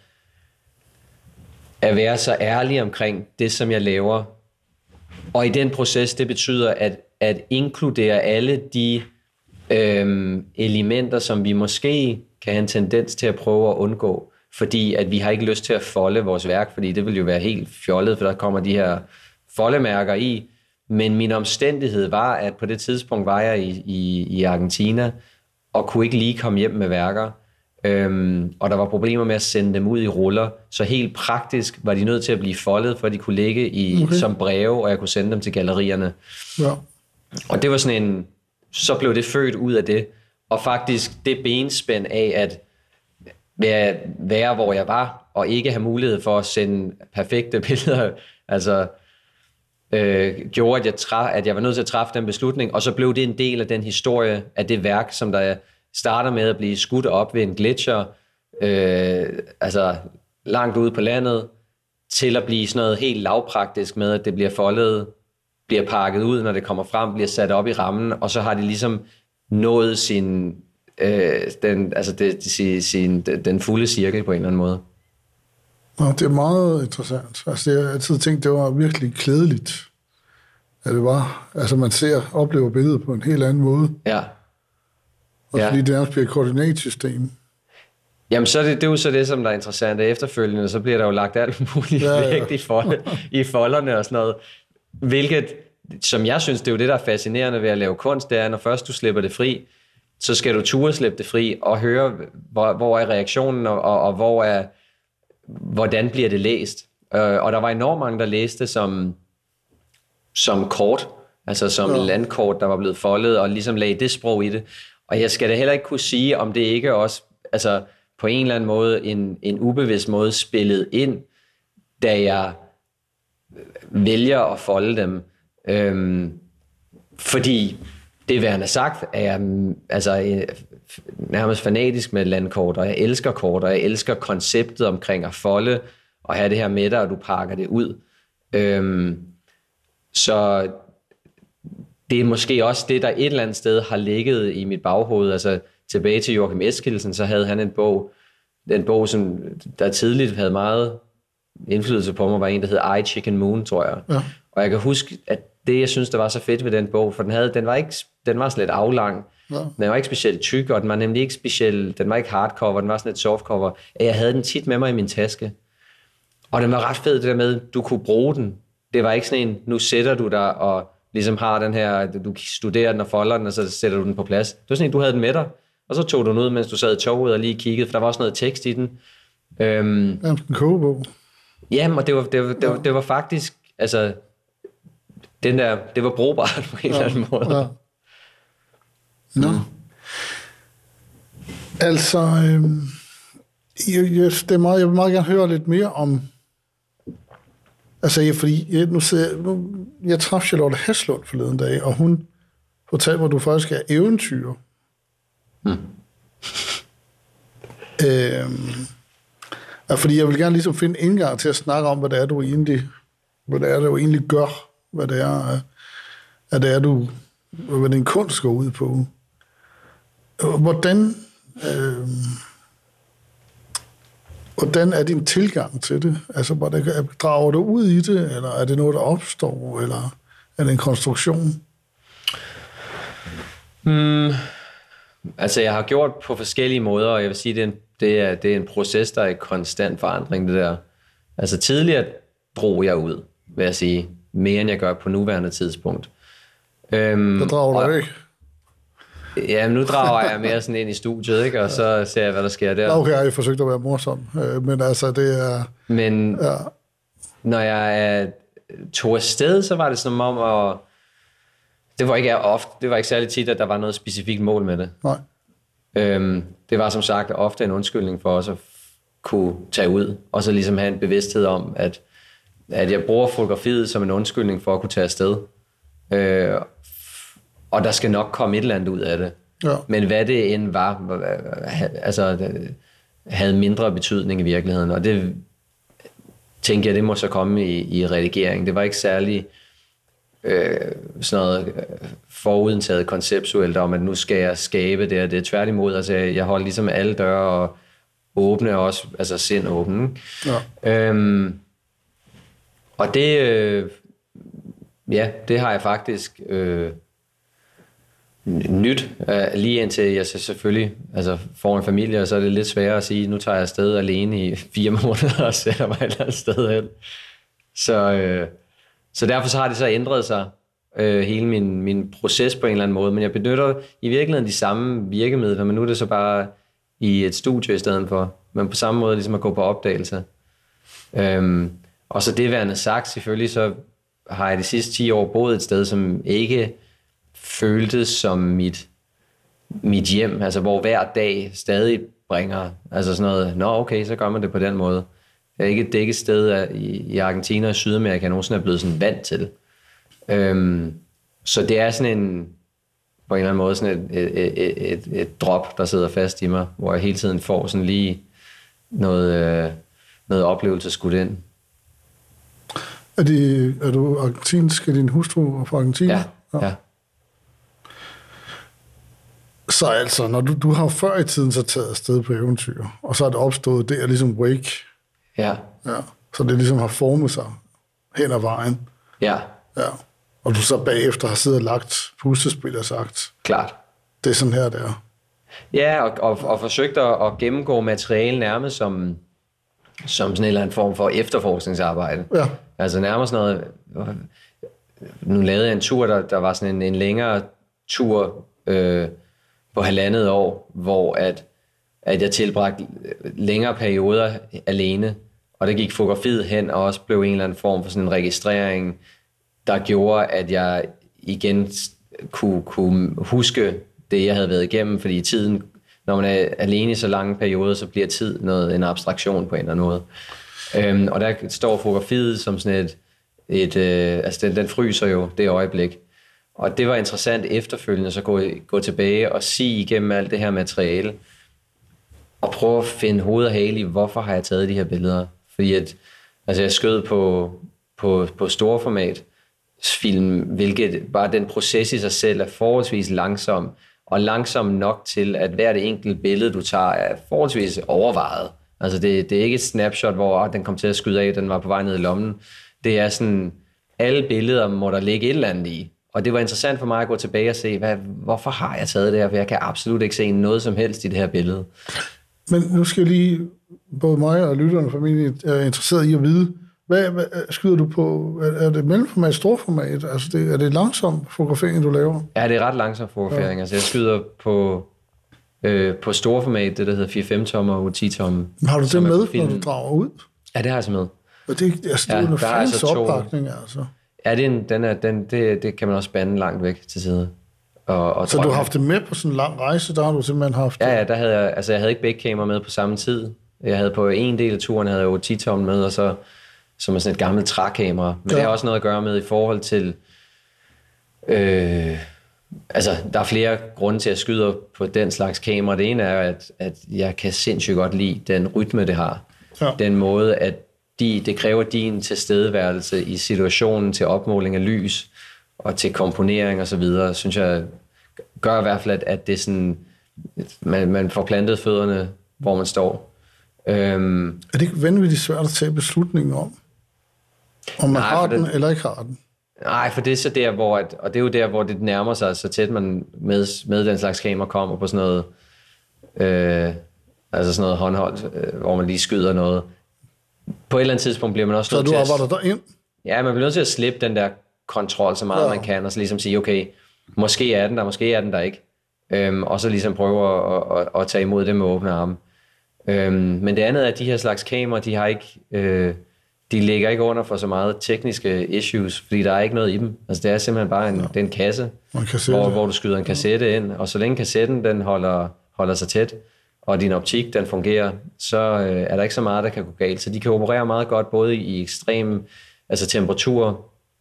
at være så ærlig omkring det, som jeg laver. Og i den proces, det betyder at inkludere alle de elementer, som vi måske kan have en tendens til at prøve at undgå, fordi at vi har ikke lyst til at folde vores værk, fordi det vil jo være helt fjollet, for der kommer de her foldemærker i. Men min omstændighed var, at på det tidspunkt var jeg i Argentina, og kunne ikke lige komme hjem med værker. Og der var problemer med at sende dem ud i ruller, så helt praktisk var de nødt til at blive foldet, for at de kunne ligge som breve, og jeg kunne sende dem til gallerierne. Ja. Og det var sådan så blev det født ud af det, og faktisk det benspænd af at være hvor jeg var, og ikke have mulighed for at sende perfekte billeder, altså gjorde, at jeg var nødt til at træffe den beslutning, og så blev det en del af den historie af det værk, som der starter med at blive skudt op ved en gletsjer, altså langt ude på landet, til at blive sådan noget helt lavpraktisk med, at det bliver foldet, bliver pakket ud, når det kommer frem, bliver sat op i rammen, og så har de ligesom nået den fulde cirkel på en eller anden måde. Ja, det er meget interessant. Altså, jeg har altid tænkt, det var virkelig klædeligt, at det var. Altså, man oplever billedet på en helt anden måde. Ja. Og fordi det nærmest bliver et koordinatsystem. Jamen, så det er jo så det, som der er interessant. Efterfølgende, så bliver der jo lagt alt muligt vægt i folderne og sådan noget. Hvilket, som jeg synes, det er jo det, der er fascinerende ved at lave kunst, det er, når først du slipper det fri, så skal du turde slippe det fri og høre, hvor er reaktionen, og hvordan bliver det læst. Og der var enormt mange, der læste som kort, altså som landkort, der var blevet foldet, og ligesom lagde det sprog i det. Og jeg skal da heller ikke kunne sige, om det ikke også, altså på en eller anden måde, en ubevidst måde spillet ind, da jeg vælger at folde dem. Fordi det værende sagt, er jeg nærmest fanatisk med landkort, og jeg elsker kort, og jeg elsker konceptet omkring at folde, og have det her med dig, og du pakker det ud. Så det er måske også det, der et eller andet sted har ligget i mit baghoved. Altså tilbage til Joachim Eskildsen, så havde han en bog, som der tidligt havde meget indflydelse på mig, var en, der hed I, Chicken Moon, tror jeg. Ja. Og jeg kan huske, at det, jeg synes, der var så fedt ved den bog, for den var slet aflang. Ja. Den var ikke specielt tyk, og den var nemlig ikke specielt, den var ikke hardcover, den var sådan et softcover. Jeg havde den tit med mig i min taske. Og den var ret fed, det der med, du kunne bruge den. Det var ikke sådan en, nu sætter du dig og ligesom har den her, du studerer den og folder den, og så sætter du den på plads. Det var sådan en, du havde den med dig, og så tog du den ud, mens du sad i toget og lige kiggede, for der var også noget tekst i den. En kogebog. Jamen, og det var faktisk, altså, det var brugbart på en eller anden måde. Ja. Nå. Altså, jeg vil meget gerne høre lidt mere om, altså, fordi jeg traf Charlotte Haslund forleden dag, og hun fortalte mig, at du faktisk er eventyrer. Fordi jeg vil gerne ligesom finde indgang til at snakke om, hvad det er, du egentlig gør, hvad din kunst går ud på. Hvordan er din tilgang til det? Altså, drager du ud i det, eller er det noget, der opstår, eller er det en konstruktion? Altså, jeg har gjort på forskellige måder, og jeg vil sige, det er en proces, der er i konstant forandring, det der. Altså, tidligere drog jeg ud, vil jeg sige, mere end jeg gør på nuværende tidspunkt. Så drager du ikke? Ja, nu drager jeg mere sådan ind i studiet, ikke? Og så ser jeg, hvad der sker der. Okay, jeg har forsøgt at være morsom, men altså, det er... Men ja. Når jeg tog afsted, så var det som om, at det var ikke særlig tit, at der var noget specifikt mål med det. Nej. Det var som sagt ofte en undskyldning for os at kunne tage ud, og så ligesom have en bevidsthed om, at jeg bruger fotografiet som en undskyldning for at kunne tage afsted. Og der skal nok komme et eller andet ud af det. Ja. Men hvad det end var, altså, havde mindre betydning i virkeligheden. Og det tænker jeg, det må så komme i redigering. Det var ikke særlig sådan noget forudindtaget konceptuelt om, at nu skal jeg skabe det, og det er tværtimod. Altså, jeg holdt ligesom alle døre og åbne også, altså sind åbne. Ja. Og det, det har jeg faktisk nyt, lige indtil jeg selvfølgelig får en familie, og så er det lidt sværere at sige, nu tager jeg afsted alene i 4 måneder og sætter mig et eller andet sted hen. Så derfor så har det så ændret sig, hele min proces på en eller anden måde, men jeg benytter i virkeligheden de samme virkemidler, men nu er det så bare i et studie i stedet for, men på samme måde ligesom at gå på opdagelse. Og så det værende sagt, selvfølgelig så har jeg de sidste 10 år boet et sted, som ikke føltes som mit hjem, altså hvor hver dag stadig bringer, altså sådan noget, okay, så gør man det på den måde. Det er ikke et sted i Argentina og Sydamerika, jeg nogensinde er blevet sådan vant til. Så det er sådan en, på en eller anden måde, sådan et drop, der sidder fast i mig, hvor jeg hele tiden får sådan lige noget oplevelse skudt ind. Er du argentinsk? Er din hustru fra Argentina? Ja. Så altså, når du har før i tiden så taget afsted på eventyr, og så er det opstået der ligesom Wake. Ja. Så det ligesom har formet sig hen ad vejen. Ja. Og du så bagefter har siddet og lagt puslespil og sagt. Klart. Det er sådan her, der. Ja, og forsøgt at gennemgå materiale nærmest som sådan en eller anden form for efterforskningsarbejde. Ja. Altså nærmest noget. Nu lavede jeg en tur, der var sådan en længere tur på 1,5 år, hvor at jeg tilbragte længere perioder alene, og der gik fotografiet hen, og også blev en eller anden form for sådan en registrering, der gjorde, at jeg igen kunne huske det, jeg havde været igennem, fordi i tiden, når man er alene i så lange perioder, så bliver tid en abstraktion på en eller anden måde. Og der står fotografiet som sådan den fryser jo det øjeblik. Og det var interessant efterfølgende, så gå tilbage og sige igennem alt det her materiale, og prøve at finde hoved og hale i, hvorfor har jeg taget de her billeder. Fordi jeg skød på storformat film, hvilket bare den proces i sig selv er forholdsvis langsom, og langsom nok til, at hvert enkelt billede, du tager, er forholdsvis overvejet. Altså det er ikke et snapshot, hvor den kom til at skyde af, den var på vej ned i lommen. Det er sådan, alle billeder må der ligge et eller andet i. Og det var interessant for mig at gå tilbage og se, hvorfor har jeg taget det her, for jeg kan absolut ikke se noget som helst i det her billede. Men nu skal jeg lige, både mig og lytterne familie er interesseret i at vide, hvad skyder du på? Er det mellemformat, storformat? Altså er det langsom fotografering, du laver? Ja, det er ret langsom fotografering. Ja. Altså jeg skyder på storformat, det der hedder 4-5 tommer og 10 tommer. Har du det med, når du drager ud? Ja, det har jeg så med. Og det er jo en fælles oppakning, altså. Ja, det kan man også bande langt væk til side. Og så du har haft det med på sådan en lang rejse, der har du simpelthen haft det? Ja, der havde jeg havde ikke begge kameraer med på samme tid. Jeg havde på en del af turen, havde jeg jo 10 tommer med, og så som er sådan et gammelt trækamera. Men det har også noget at gøre med i forhold til Altså, der er flere grunde til at skyde på den slags kamera. Det ene er, at jeg kan sindssygt godt lide den rytme, det har. Ja. Den måde, at det kræver din tilstedeværelse i situationen til opmåling af lys og til komponering og så videre, synes jeg gør i hvert fald, at det er sådan, man får plantet fødderne, hvor man står. Er det ikke vanvittigt svært at tage beslutningen om man har den eller ikke har den? Nej, for det er så der, hvor, og det er jo der, hvor det nærmer sig, så tæt man med den slags kamera kommer på sådan noget, altså sådan noget håndholdt, hvor man lige skyder noget. På et eller andet tidspunkt bliver man også nødt til at... Så du arbejder derind? Ja, man bliver nødt til at slippe den der kontrol så meget, man kan, og så ligesom sige, okay, måske er den der, måske er den der ikke. Og så ligesom prøve at tage imod det med åbne arme. Men det andet er, at de her slags kameraer, de har ikke... de ligger ikke under for så meget tekniske issues, fordi der er ikke noget i dem. Altså det er simpelthen bare det er en kasse, hvor du skyder en kassette ind, og så længe kassetten den holder sig tæt, og din optik den fungerer, så er der ikke så meget, der kan gå galt. Så de kan operere meget godt, både i ekstrem temperaturer,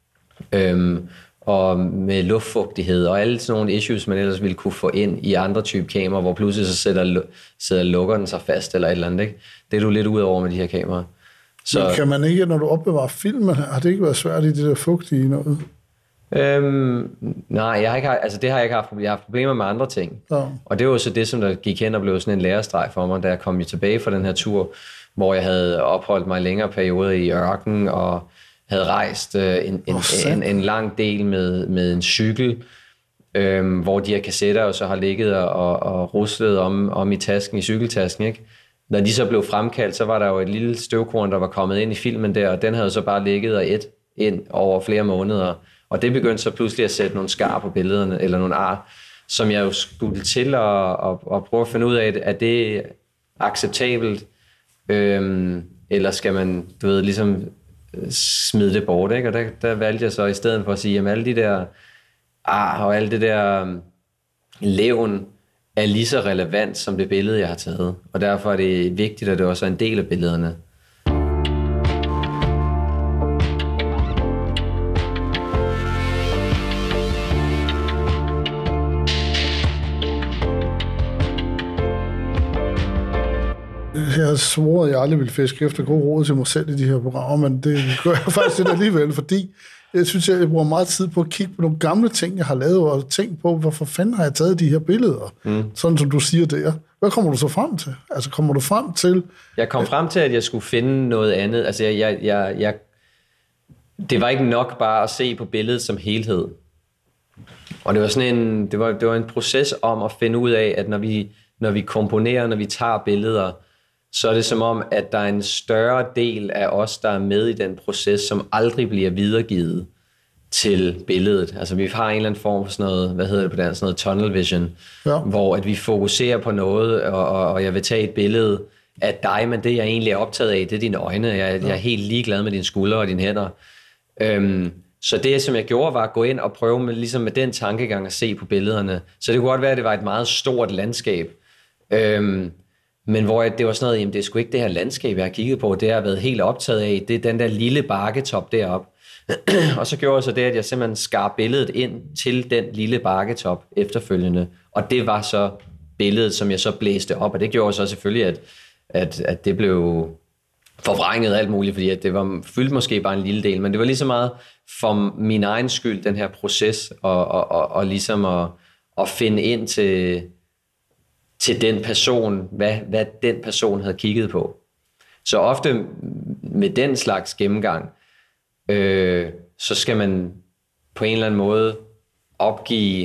og med luftfugtighed, og alle sådan nogle issues, man ellers ville kunne få ind i andre type kameraer, hvor pludselig så sidder lukkeren sig fast, eller et eller andet. Ikke? Det er du lidt ud over med de her kameraer. Så, men kan man ikke, når du opbevarer filmen, har det ikke været svært i det der fugtige noget? Nej, det har jeg ikke haft. Jeg har haft problemer med andre ting. Ja. Og det var så det, som der gik hen og blev sådan en lærestreg for mig, da jeg kom tilbage fra den her tur, hvor jeg havde opholdt mig længere perioder i ørken, og havde rejst en lang del med en cykel, hvor de her kassetter jo så har ligget og ruslet om i tasken, i cykeltasken, ikke? Når de så blev fremkaldt, så var der jo et lille støvkorn, der var kommet ind i filmen der, og den havde så bare ligget og ind over flere måneder. Og det begyndte så pludselig at sætte nogle skar på billederne, eller nogle ar, som jeg jo skulle til at prøve at finde ud af, er det acceptabelt, eller skal man, ligesom smide det bort, ikke? Og der valgte jeg så i stedet for at sige, at alle de der ar og alt det der levn, er lige så relevant som det billede, jeg har taget. Og derfor er det vigtigt, at det også er en del af billederne. Jeg har svoret, at jeg aldrig ville fiske efter gode råd til mig selv i de her programmer, men det gør jeg faktisk lidt alligevel, fordi jeg synes, jeg bruger meget tid på at kigge på nogle gamle ting, jeg har lavet, og tænke på, hvorfor fanden har jeg taget de her billeder? Sådan som du siger der. Hvad kommer du så frem til? Altså, kommer du frem til... Jeg kom frem til, at jeg skulle finde noget andet. Altså, det var ikke nok bare at se på billedet som helhed. Og det var sådan det var en proces om at finde ud af, at når vi komponerer, når vi tager billeder, så er det som om, at der er en større del af os, der er med i den proces, som aldrig bliver videregivet til billedet. Altså vi har en eller anden form for sådan noget, hvad hedder det på dansk, sådan noget tunnel vision, hvor at vi fokuserer på noget, og jeg vil tage et billede af dig, men det jeg egentlig er optaget af, det er dine øjne. Jeg er helt ligeglad med dine skuldre og dine hænder. Så det, som jeg gjorde, var at gå ind og prøve med den tankegang at se på billederne. Så det kunne godt være, at det var et meget stort landskab. Men hvor det var sådan noget, jamen det er sgu ikke det her landskab, jeg har kigget på, det har jeg været helt optaget af, det er den der lille bakketop deroppe. Og så gjorde jeg så det, at jeg simpelthen skar billedet ind til den lille bakketop efterfølgende, og det var så billedet, som jeg så blæste op, og det gjorde så selvfølgelig, at det blev forvrænget alt muligt, fordi at det var fyldt måske bare en lille del, men det var lige så meget for min egen skyld, den her proces, og ligesom at finde ind til den person, hvad den person havde kigget på. Så ofte med den slags gennemgang, så skal man på en eller anden måde opgive,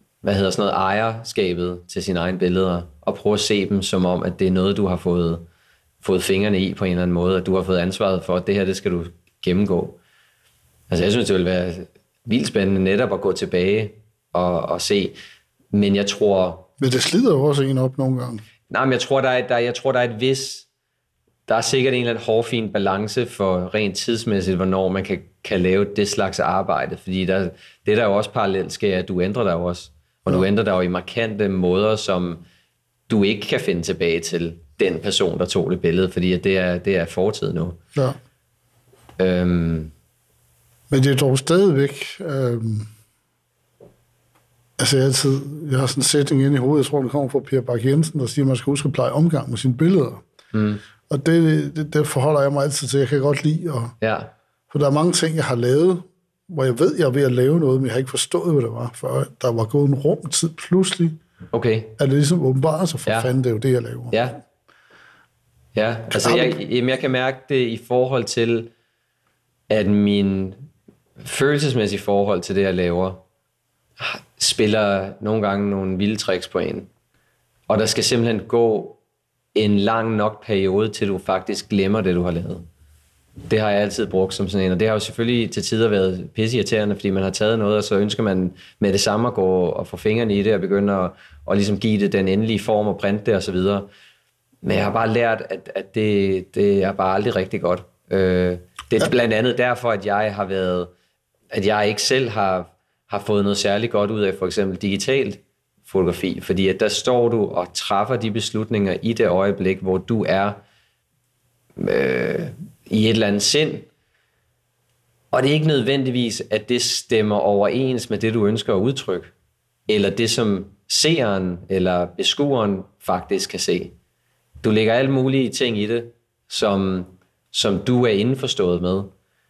ejerskabet til sine egne billeder, og prøve at se dem som om, at det er noget, du har fået fingrene i på en eller anden måde, at du har fået ansvaret for, at det her, det skal du gennemgå. Altså jeg synes, det vil være vildt spændende netop at gå tilbage og se, men jeg tror... Men det slider jo også en op nogle gange. Nej, men jeg tror, der er et vis... Der er sikkert en eller anden hårfin balance for rent tidsmæssigt, hvornår man kan lave det slags arbejde. Fordi det der jo også parallelt sker, at du ændrer dig jo også. Og du ændrer dig jo i markante måder, som du ikke kan finde tilbage til den person, der tog det billede. Fordi at det er fortid nu. Ja. Men det er dog stadigvæk... Altså jeg har sådan en sætning inde i hovedet, jeg tror, den kommer fra Per Bak Jensen, der siger, at man skal huske at pleje omgang med sine billeder. Og det forholder jeg mig altid til. Jeg kan godt lide. For der er mange ting, jeg har lavet, hvor jeg ved, jeg er ved at lave noget, men jeg har ikke forstået, hvad det var, før der var gået en rumtid pludselig. Okay. Er det ligesom åbenbart, så for fanden, det er jo det, jeg laver. Ja, altså jeg kan mærke det i forhold til, at min følelsesmæssige forhold til det, jeg laver, spiller nogle gange nogle vilde tricks på en. Og der skal simpelthen gå en lang nok periode, til du faktisk glemmer det, du har lavet. Det har jeg altid brugt som sådan en, og det har jo selvfølgelig til tider været pisseirriterende, fordi man har taget noget, og så ønsker man med det samme at gå og få fingrene i det, og begynde at ligesom give det den endelige form og printe det og så videre. Men jeg har bare lært, at det er bare aldrig rigtig godt. Det er blandt andet derfor, at jeg ikke selv har fået noget særligt godt ud af for eksempel digitalt fotografi, fordi at der står du og træffer de beslutninger i det øjeblik, hvor du er i et eller andet sind, og det er ikke nødvendigvis, at det stemmer overens med det, du ønsker at udtrykke, eller det, som seeren eller beskueren faktisk kan se. Du lægger alle mulige ting i det, som du er indforstået med.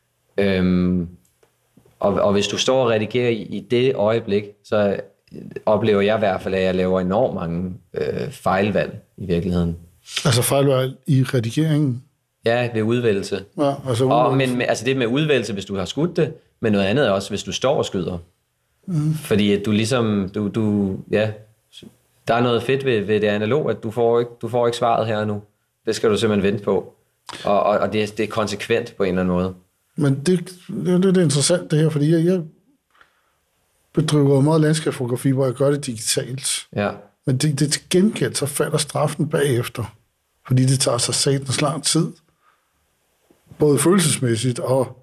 Og hvis du står og redigerer i det øjeblik, så oplever jeg i hvert fald, at jeg laver enormt mange fejlvalg i virkeligheden. Altså fejlvalg i redigeringen? Ja, ved udvælgelse. Ja, altså udvælgelse. Men altså det med udvælgelse, hvis du har skudt det, men noget andet er også, hvis du står og skyder. Fordi at du ligesom, der er noget fedt ved det analog, at du får ikke svaret her nu. Det skal du simpelthen vente på. Og det er konsekvent på en eller anden måde. Men det er interessant det her, fordi jeg bedriver meget landskabsfotografi, hvor jeg gør det digitalt. Ja. Men det til gengæld, så falder straffen bagefter. Fordi det tager sig satans lang tid. Både følelsesmæssigt og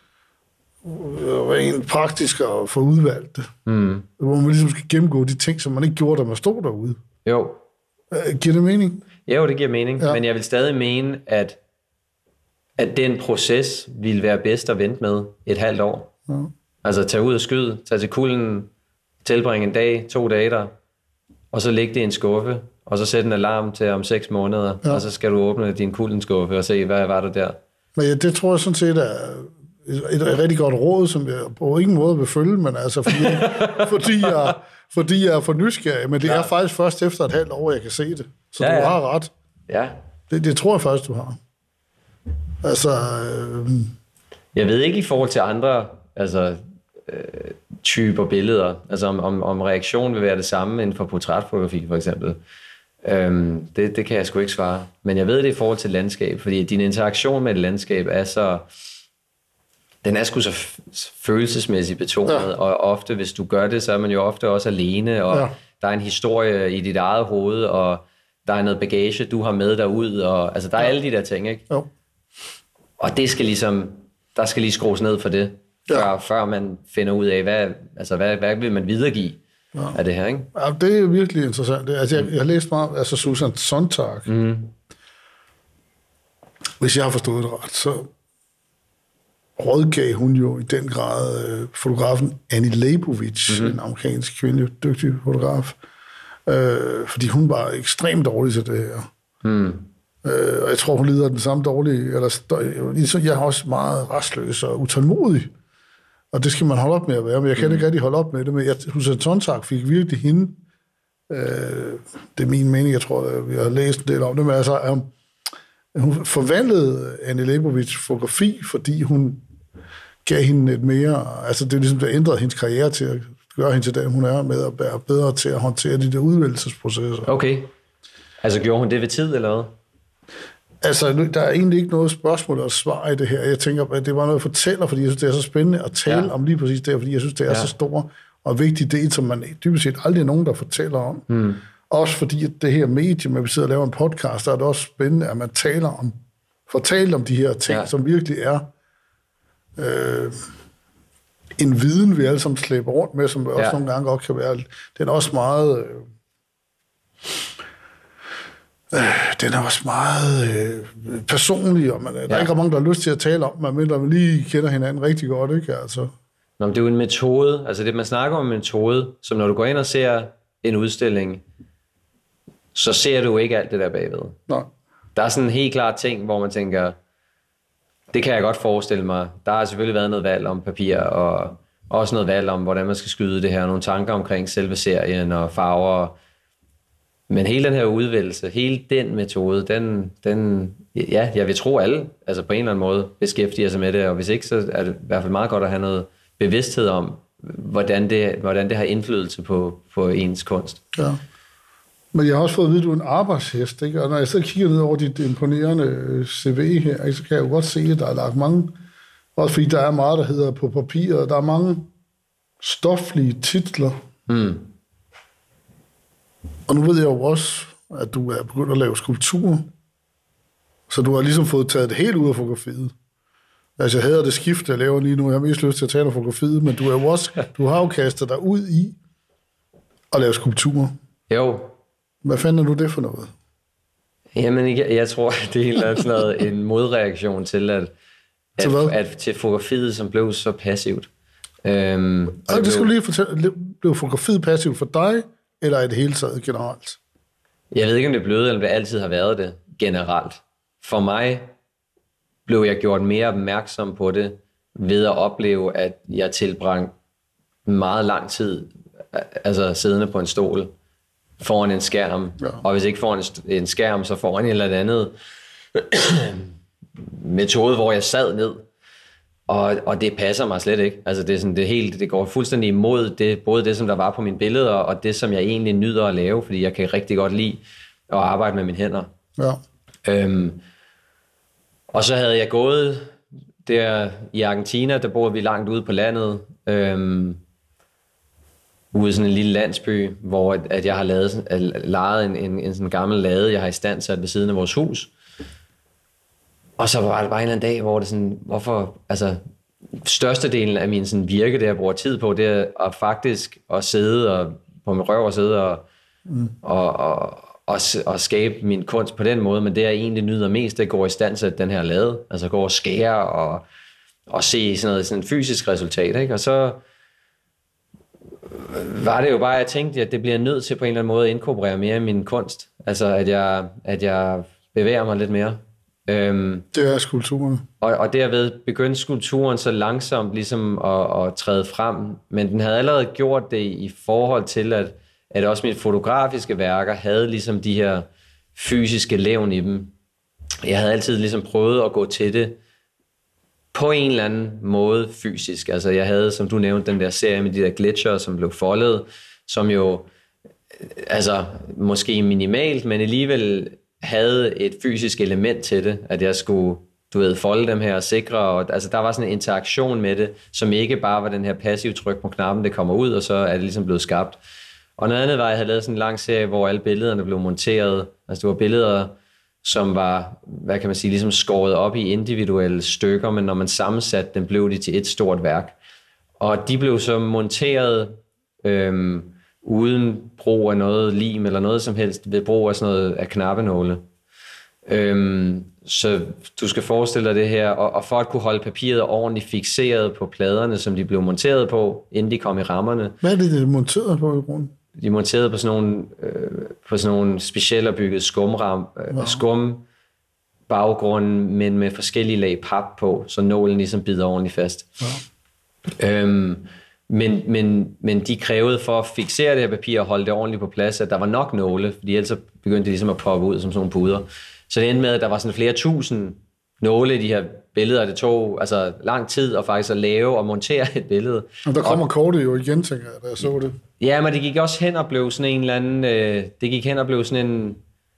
rent praktisk at få udvalgt det. Hvor man ligesom skal gennemgå de ting, som man ikke gjorde, da man stod derude. Jo. Giver det mening? Jo, det giver mening. Ja. Men jeg vil stadig mene, at den proces ville være bedst at vente med et halvt år. Ja. Altså tage ud og skyde, tage til kulden, tilbringe en dag, 2 dage der, og så lægge det i en skuffe, og så sætte en alarm til om 6 måneder, og så skal du åbne din kuldenskuffe og se, hvad var der der. Men ja, det tror jeg sådan set er et rigtig godt råd, som jeg på ingen måde vil følge, men altså fordi jeg er for nysgerrig, men det er faktisk først efter et halvt år, jeg kan se det. Så du har ret. Ja. Det tror jeg faktisk, du har. Altså... Jeg ved ikke i forhold til andre typer billeder, altså om reaktionen vil være det samme inden for portrætfotografi for eksempel. Det kan jeg sgu ikke svare. Men jeg ved det i forhold til landskab, fordi din interaktion med et landskab er så... Den er sgu så følelsesmæssigt betonet, og ofte, hvis du gør det, så er man jo ofte også alene, og der er en historie i dit eget hoved, og der er noget bagage, du har med derud, og altså der er alle de der ting, ikke? Jo. Og det skal ligesom, der skal lige skrues ned for det, før man finder ud af, hvad vil man videregive af det her, ikke? Ja, det er virkelig interessant. Altså, jeg har læst meget, altså Susan Sontag. Hvis jeg har forstået det ret, så rådgav hun jo i den grad fotografen Annie Leibovitz, en amerikansk kvindelig dygtig fotograf, fordi hun var ekstremt dårlig til det her. Og jeg tror, hun lider den samme dårlige, jeg er også meget restløs og utålmodig, og det skal man holde op med at være, men jeg kan ikke rigtig holde op med det, men Susan Sontag fik virkelig hende, det er min mening, jeg tror, vi har læst en del om det, men altså, hun forvandlede Annie Leibovitz fotografi, fordi hun gav hende et mere... Altså, det er ligesom, der ændrede hendes karriere til at gøre hende til den, hun er, med at være bedre til at håndtere de der udvælgelsesprocesser. Okay. Altså, gjorde hun det ved tid, eller hvad? Altså, der er egentlig ikke noget spørgsmål eller svar i det her. Jeg tænker, at det var noget, jeg fortæller, fordi jeg synes, det er så spændende at tale om lige præcis det, fordi jeg synes, det er så stor og vigtig del, som man dybest set aldrig er nogen, der fortæller om. Også fordi at det her medie, når vi sidder og laver en podcast, der er det også spændende, at man fortæller om de her ting, som virkelig er en viden, vi alle sammen slæber rundt med, som også nogle gange godt kan være. Den er også meget... den er også meget personlig, og der er ikke mange, der har lyst til at tale om, men man lige kender hinanden rigtig godt, ikke? Altså. Nå, men det er jo en metode, altså det man snakker om en metode, som når du går ind og ser en udstilling, så ser du ikke alt det der bagved. Nej. Der er sådan en helt klar ting, hvor man tænker, det kan jeg godt forestille mig. Der har selvfølgelig været noget valg om papir, og også noget valg om, hvordan man skal skyde det her, nogle tanker omkring selve serien og farver. Men hele den her udvælgelse, hele den metode, ja, jeg vil tro alle, altså på en eller anden måde, beskæftiger sig med det, og hvis ikke, så er det i hvert fald meget godt at have noget bevidsthed om, hvordan det har indflydelse på ens kunst. Ja. Men jeg har også fået at vide, at du er en arbejdshest, ikke? Og når jeg så kigger ned over dit imponerende CV her, så kan jeg jo godt se, at der er lagt mange, også fordi der er meget, der hedder på papiret, der er mange stoflige titler. Mm. Og nu ved jeg jo også, at du er begyndt at lave skulpturer. Så du har ligesom fået taget det helt ud af fotografiet. Altså, jeg hader det skift, jeg laver lige nu. Jeg har mest lyst til at tage dig fotografiet, men du har jo kastet dig ud i at lave skulpturer. Jo. Hvad fanden er du det for noget? Jamen, jeg tror, det er sådan noget, en modreaktion til, til fotografiet, som blev så passivt. Det skulle lige fortælle, blev fotografiet passivt for dig, eller er det hele taget generelt? Jeg ved ikke, om det er blevet, eller om det altid har været det generelt. For mig blev jeg gjort mere opmærksom på det, ved at opleve, at jeg tilbragte meget lang tid altså siddende på en stol foran en skærm. Ja. Og hvis ikke foran en skærm, så foran en eller andet metode, hvor jeg sad ned. Og det passer mig slet ikke. Altså det er sådan, det går fuldstændig imod det, både det, som der var på mine billeder, og det, som jeg egentlig nyder at lave, fordi jeg kan rigtig godt lide at arbejde med mine hænder. Ja. Og så havde jeg gået der i Argentina, der bor vi langt ude på landet, ude i sådan en lille landsby, hvor at jeg har lejet en sådan gammel lade, jeg har istandsat ved siden af vores hus. Og så var det bare en eller anden dag, hvor det sådan, størstedelen af min sådan virke, det jeg bruger tid på, det er at faktisk at sidde og på min røv og sidde og skabe min kunst på den måde, men det jeg egentlig nyder mest, det går i standsæt den her lade, altså gå og skære og se sådan et fysisk resultat, ikke? Og så var det jo bare, at jeg tænkte, at det bliver nødt til på en eller anden måde at inkorporere mere i min kunst, altså at jeg bevæger mig lidt mere. Det er skulpturen. Og derved begyndte skulpturen så langsomt ligesom at træde frem, men den havde allerede gjort det i forhold til, at også mine fotografiske værker havde ligesom de her fysiske levn i dem. Jeg havde altid ligesom prøvet at gå til det på en eller anden måde fysisk. Altså jeg havde, som du nævnte, den der serie med de der glitcher, som blev foldet, som jo altså måske minimalt, men alligevel havde et fysisk element til det, at jeg skulle, folde dem her og sikre, og altså der var sådan en interaktion med det, som ikke bare var den her passive tryk på knappen, det kommer ud, og så er det ligesom blevet skabt. Og noget andet var, at jeg havde lavet sådan en lang serie, hvor alle billederne blev monteret, altså det var billeder, som var, hvad kan man sige, ligesom skåret op i individuelle stykker, men når man sammensatte dem, blev de til et stort værk. Og de blev så monteret uden brug af noget lim eller noget som helst, ved brug af sådan noget af knappenåle. Så du skal forestille dig det her, og for at kunne holde papiret ordentligt fikseret på pladerne, som de blev monteret på, inden de kom i rammerne. Hvad er det, de er monteret på i grunden? De er monteret på sådan nogle specielt bygget skum baggrund, men med forskellige lag pap på, så nålen ligesom bider ordentligt fast. Ja. Men de krævede for at fiksere det her papir og holde det ordentligt på plads, at der var nok nåle, fordi ellers begyndte det ligesom at poppe ud som sådan nogle puder. Så det endte med, at der var sådan flere tusind nåle i de her billeder. Det tog altså lang tid at faktisk at lave og montere et billede. Og der kommer kortet jo igen, tænker jeg, da jeg så det. Ja, men det gik også hen og blev sådan en eller anden... det gik hen og blev sådan en...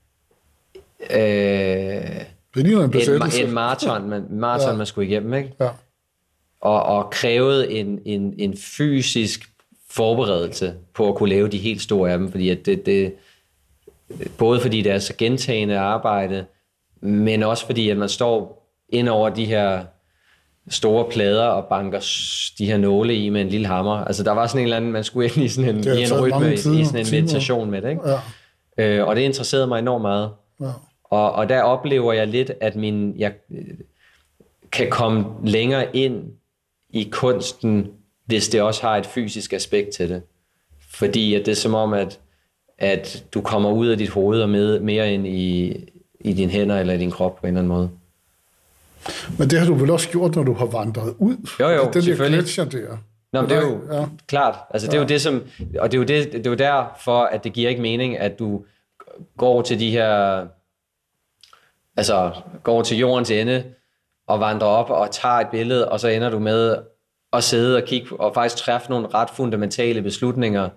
en maraton, man skulle igennem, ikke? Ja. Og krævede en fysisk forberedelse på at kunne lave de helt store af dem, fordi at det både fordi det er så gentagende arbejde, men også fordi at man står ind over de her store plader og banker de her nåle i med en lille hammer. Altså der var sådan en eller anden, man skulle ind i sådan en rytme, i sådan en meditation med det, ikke? Ja. Og det interesserede mig enormt meget. Ja. Og der oplever jeg lidt, at jeg kan komme længere ind i kunsten hvis det også har et fysisk aspekt til det. Fordi at det er som om, at du kommer ud af dit hoved og mere ind i dine hænder eller i din krop på en eller anden måde. Men det har du vel også gjort, når du har vandret ud? Jo, den selvfølgelig. Der gletsjer der. Nå, men det er jo klart. Altså, det er jo det, som... Og det er jo derfor, at det giver ikke mening, at du går til de her... Altså, går til jordens ende og vandrer op og tager et billede, og så ender du med at sidde og kigge og faktisk træffe nogle ret fundamentale beslutninger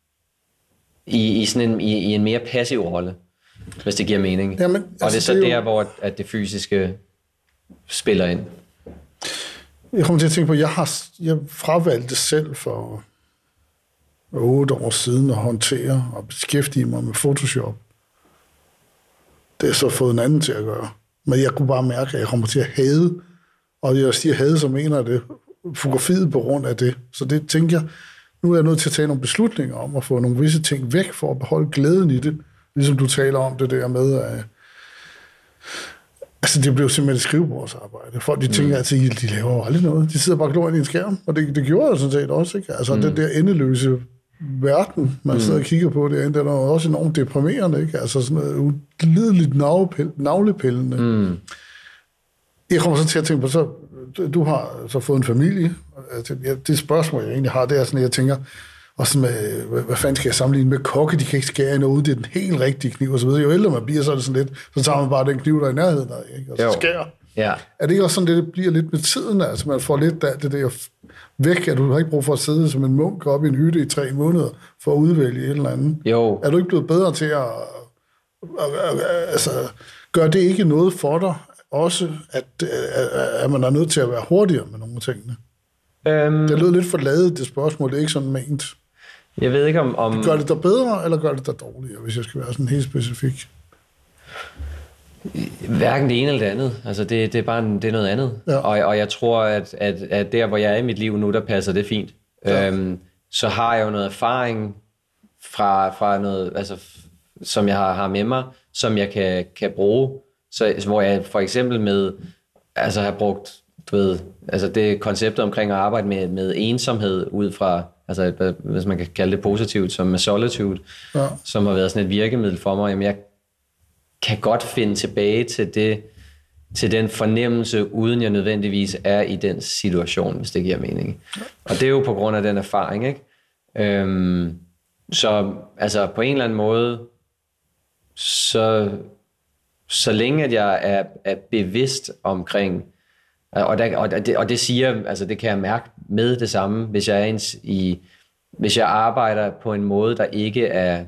i en mere passiv rolle, hvis det giver mening. Jamen, og det er så der, hvor at det fysiske spiller ind. Jeg kommer til at tænke på, jeg fravalgte selv for 8 år siden at håndtere og beskæftige mig med Photoshop. Det har så fået en anden til at gøre. Men jeg kunne bare mærke, at jeg kommer til at hade, og jeg siger hade, som mener det, fotografiet på grund af det. Så det tænker jeg, nu er jeg nødt til at tage nogle beslutninger om at få nogle visse ting væk for at beholde glæden i det. Ligesom du taler om det der med, at altså det blev simpelthen et skrivebordsarbejde. Folk de tænker altid, de laver jo aldrig noget. De sidder bare og glor ind i en skærm, og det gjorde jeg sådan set også. Ikke? Altså den der endeløse verden, man sidder og kigger på det, den er også enormt deprimerende. Ikke? Altså sådan noget ulideligt navlepillende. Jeg kommer så til at tænke på, så du har så fået en familie. Det spørgsmål, jeg egentlig har, det er sådan, at jeg tænker, og sådan med, hvad fanden skal jeg sammenligne med kokke, de kan ikke skære noget ud, det er den helt rigtige kniv og så videre. Jo ældre man bliver, så er det sådan lidt, så tager man bare den kniv, der er i nærheden af, ikke? Og så skærer. Ja. Er det ikke også sådan, det bliver lidt med tiden, altså man får lidt af det der væk, at du har ikke brug for at sidde som en munk op i en hytte i 3 måneder, for at udvælge et eller andet? Jo. Er du ikke blevet bedre til at altså, gør det ikke noget for dig, også at man er nødt til at være hurtigere med nogle af tingene? Det lød lidt for ladet, det spørgsmål, det er ikke sådan ment. Jeg ved ikke om... Gør det dig bedre, eller gør det dig dårligere, hvis jeg skal være sådan helt specifik? Hverken det ene eller det andet. Altså det er bare det er noget andet. Ja. Og jeg tror, at der, hvor jeg er i mit liv nu, der passer det fint. Ja. Så har jeg jo noget erfaring fra noget, altså, som jeg har med mig, som jeg kan bruge. Så hvor jeg for eksempel har brugt, du ved, altså det konceptet omkring at arbejde med ensomhed ud fra, altså hvis man kan kalde det positivt, som med solitude, som har været sådan et virkemiddel for mig. Jamen jeg kan godt finde tilbage til den fornemmelse, uden jeg nødvendigvis er i den situation, hvis det giver mening. Og det er jo på grund af den erfaring, ikke? Så altså på en eller anden måde, så længe at jeg er bevidst omkring, og det siger, altså det kan jeg mærke med det samme, hvis jeg arbejder på en måde, der ikke er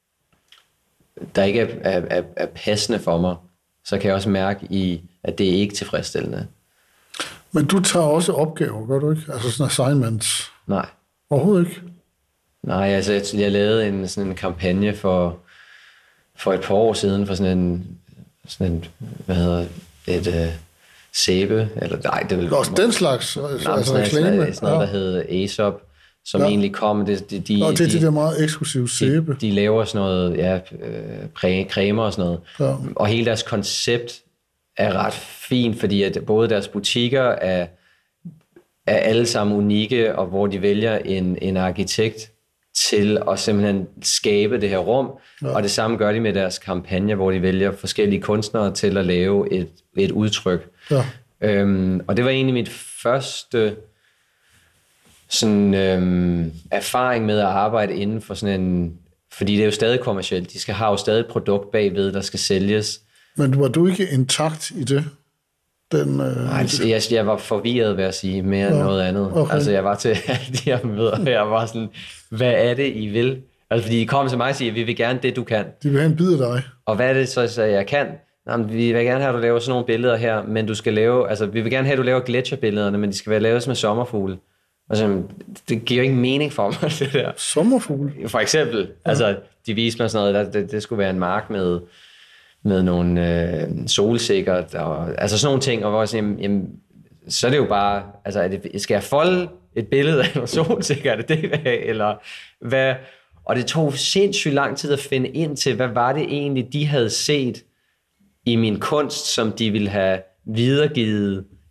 passende for mig, så kan jeg også mærke at det er ikke tilfredsstillende. Men du tager også opgaver, gør du ikke? Altså sådan assignments? Nej. Overhovedet ikke? Nej, altså jeg lavede sådan en kampagne for et par år siden for sådan en hvad hedder et sæbe, eller nej, det vil også den slags, altså reklame. Sådan noget, der hedder Aesop, som egentlig kom, det er det der meget eksklusive sæbe. De laver sådan noget, cremer og sådan noget. Ja. Og hele deres koncept er ret fint, fordi at både deres butikker er alle sammen unikke, og hvor de vælger en arkitekt til at simpelthen skabe det her rum. Ja. Og det samme gør de med deres kampagne, hvor de vælger forskellige kunstnere til at lave et udtryk. Ja. Og det var egentlig mit første sådan erfaring med at arbejde inden for sådan en, fordi det er jo stadig kommercielt. De har jo stadig et produkt bagved, der skal sælges. Men var du ikke intakt i det? Nej, jeg var forvirret, vil jeg sige, mere end noget andet. Okay. Altså, jeg var til alle de her møder, og jeg var sådan, hvad er det, I vil? Altså, fordi de kom til mig og siger, vi vil gerne det, du kan. De vil have en bid af dig. Og hvad er det så, jeg kan? Jamen, vi vil gerne have, at du laver sådan nogle billeder her, men du skal lave, altså, vi vil gerne have, at du laver gletsjerbillederne, men de skal være lavet med sommerfugle. Altså, det giver ikke mening for mig, det der. Sommerfugle? For eksempel, altså, de viste mig sådan noget, det skulle være en mark med nogle solsikker, altså sådan nogle ting, og hvor jeg siger, jamen, så er det jo bare, altså, skal jeg folde et billede af nogle solsikker, er det det, eller hvad? Og det tog sindssygt lang tid at finde ind til, hvad var det egentlig, de havde set i min kunst, som de ville have videregivet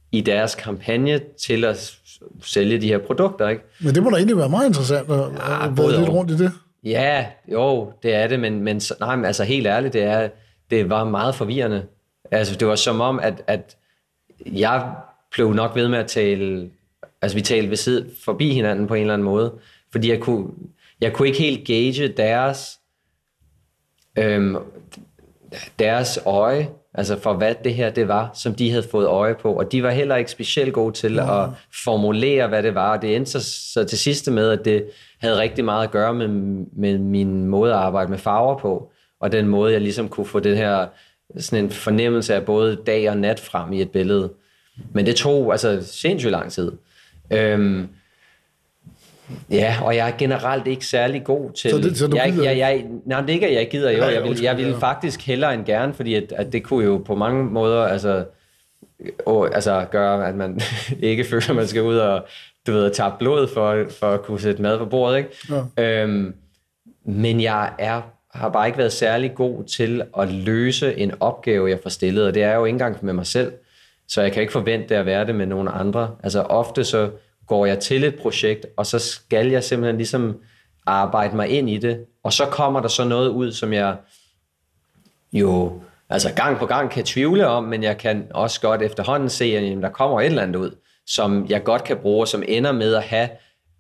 i deres kampagne til at sælge de her produkter, ikke? Men det må da egentlig være meget interessant at være lidt rundt i det. Ja, jo, det er det, men altså helt ærligt, det var meget forvirrende. Altså, det var som om, at jeg blev nok ved med at tale, altså vi talte ved siden forbi hinanden på en eller anden måde, fordi jeg kunne ikke helt gauge deres øje, altså for hvad det her det var, som de havde fået øje på, og de var heller ikke specielt gode til at formulere, hvad det var, og det endte så til sidste med, at det havde rigtig meget at gøre med min måde at arbejde med farver på, og den måde, jeg ligesom kunne få den her sådan en fornemmelse af både dag og nat frem i et billede. Men det tog altså sindssygt lang tid. Ja, og jeg er generelt ikke særlig god til... Nej, det er ikke, at jeg gider. Jo, jeg vil faktisk hellere end gerne, fordi at det kunne jo på mange måder altså gøre, at man ikke føler, at man skal ud og tabe blod for at kunne sætte mad på bordet, ikke? Ja. Men jeg har bare ikke været særlig god til at løse en opgave, jeg får stillet, og det er jo ikke engang med mig selv, så jeg kan ikke forvente at være det med nogen andre. Altså ofte så går jeg til et projekt, og så skal jeg simpelthen ligesom arbejde mig ind i det, og så kommer der så noget ud, som jeg jo altså gang på gang kan tvivle om, men jeg kan også godt efterhånden se, at der kommer et eller andet ud, som jeg godt kan bruge, som ender med at have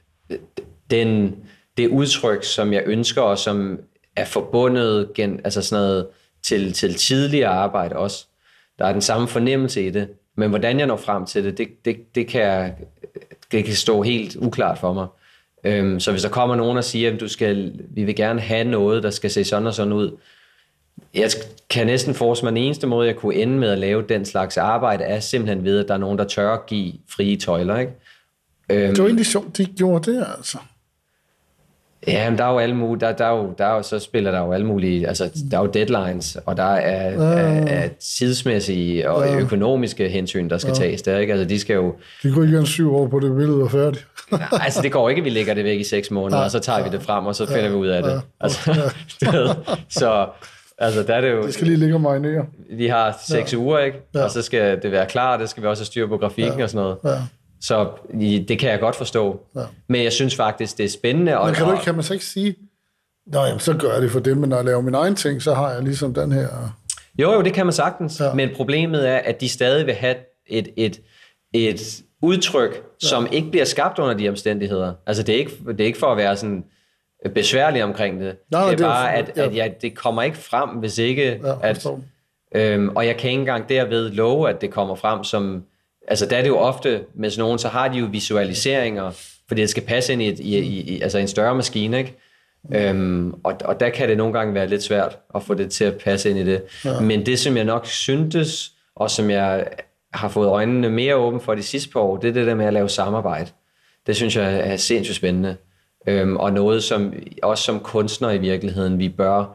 det udtryk, som jeg ønsker, og som er forbundet altså sådan noget, til tidligere arbejde også. Der er den samme fornemmelse i det, men hvordan jeg når frem til det kan stå helt uklart for mig. Så hvis der kommer nogen og siger, at vi vil gerne have noget, der skal se sådan og sådan ud, jeg kan næsten forestille mig, den eneste måde, jeg kunne ende med at lave den slags arbejde, er simpelthen ved, at der er nogen, der tør at give frie tøjler, ikke? Det var egentlig sjovt, de gjorde det, altså. Ja, men der er jo alle mulige, så spiller der jo alle mulige, altså der er jo deadlines, og der er tidsmæssige og økonomiske hensyn, der skal tages der, ikke? Altså de skal jo... De kunne ikke gerne 7 år på det billede og færdigt. Altså det går ikke, at vi lægger det væk i 6 måneder, og så tager vi det frem, og så finder vi ud af det. Altså, så altså der er det jo... Det skal lige ligge og marinere. Vi har 6 uger, ikke? Ja. Og så skal det være klar, det skal vi også have styr på grafikken og sådan noget. Ja. Så det kan jeg godt forstå. Ja. Men jeg synes faktisk, det er spændende. Men kan man så ikke sige, jamen, så gør jeg det for det, men når jeg laver min egen ting, så har jeg ligesom den her... Jo, det kan man sagtens. Ja. Men problemet er, at de stadig vil have et udtryk, som ikke bliver skabt under de omstændigheder. Altså det er ikke for at være sådan besværlig omkring det. Nej, det er bare, at det kommer ikke frem, hvis ikke... og jeg kan ikke engang derved love, at det kommer frem som... Altså der er det jo ofte med sådan nogen, så har de jo visualiseringer, fordi det skal passe ind i altså en større maskine, ikke? Og der kan det nogle gange være lidt svært at få det til at passe ind i det. Ja. Men det, som jeg nok syntes, og som jeg har fået øjnene mere åbne for de sidste par år, det er det der med at lave samarbejde. Det synes jeg er sindssygt spændende. Og noget, som også som kunstner i virkeligheden, vi bør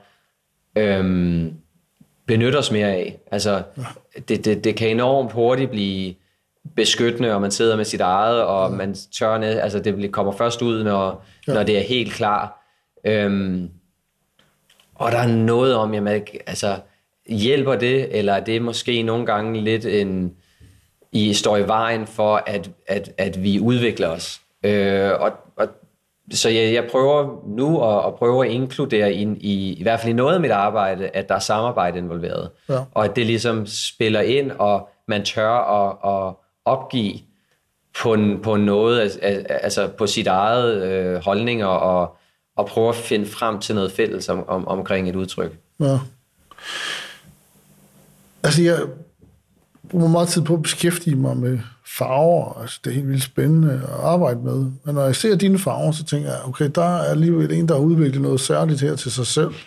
benytte os mere af. Altså, det kan enormt hurtigt blive beskyttende, og man sidder med sit eget, og man tør ned, altså det kommer først ud, når det er helt klar. Og der er noget om, jamen, altså, hjælper det, eller er det måske nogle gange lidt står i vejen for, at vi udvikler os. Så jeg prøver nu at prøve at inkludere i hvert fald i noget af mit arbejde, at der er samarbejde involveret. Ja. Og at det ligesom spiller ind, og man tør at opgive på noget, altså på sit eget holdninger, og prøve at finde frem til noget fælles omkring et udtryk. Ja. Altså jeg bruger meget tid på at beskæftige mig med farver. Altså det er helt vildt spændende at arbejde med. Men når jeg ser dine farver, så tænker jeg, okay, der er alligevel en, der har udviklet noget særligt her til sig selv.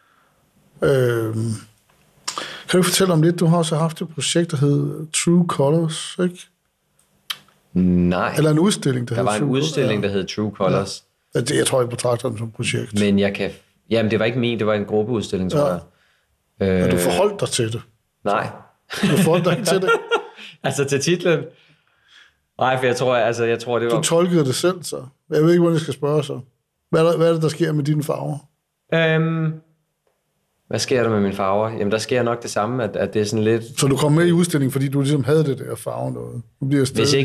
Kan du fortælle om lidt? Du har også haft et projekt, der hed True Colors, ikke? Nej. Eller en udstilling, der var en udstilling, der hed True Colors. Ja. Jeg tror, jeg betragter den som projekt. Men jamen, det var ikke min, det var en gruppeudstilling, tror jeg. Men du forholdt dig til det? Nej. Du forholdt dig ikke til det? Altså til titlen? Nej, for jeg tror, det var... Du tolkede det selv, så. Jeg ved ikke, hvordan jeg skal spørge så. Hvad er det, der sker med dine farver? Hvad sker der med mine farver? Jamen, der sker nok det samme, at det er sådan lidt... Så du kom med i udstillingen, fordi du ligesom havde det der farve noget? Hvis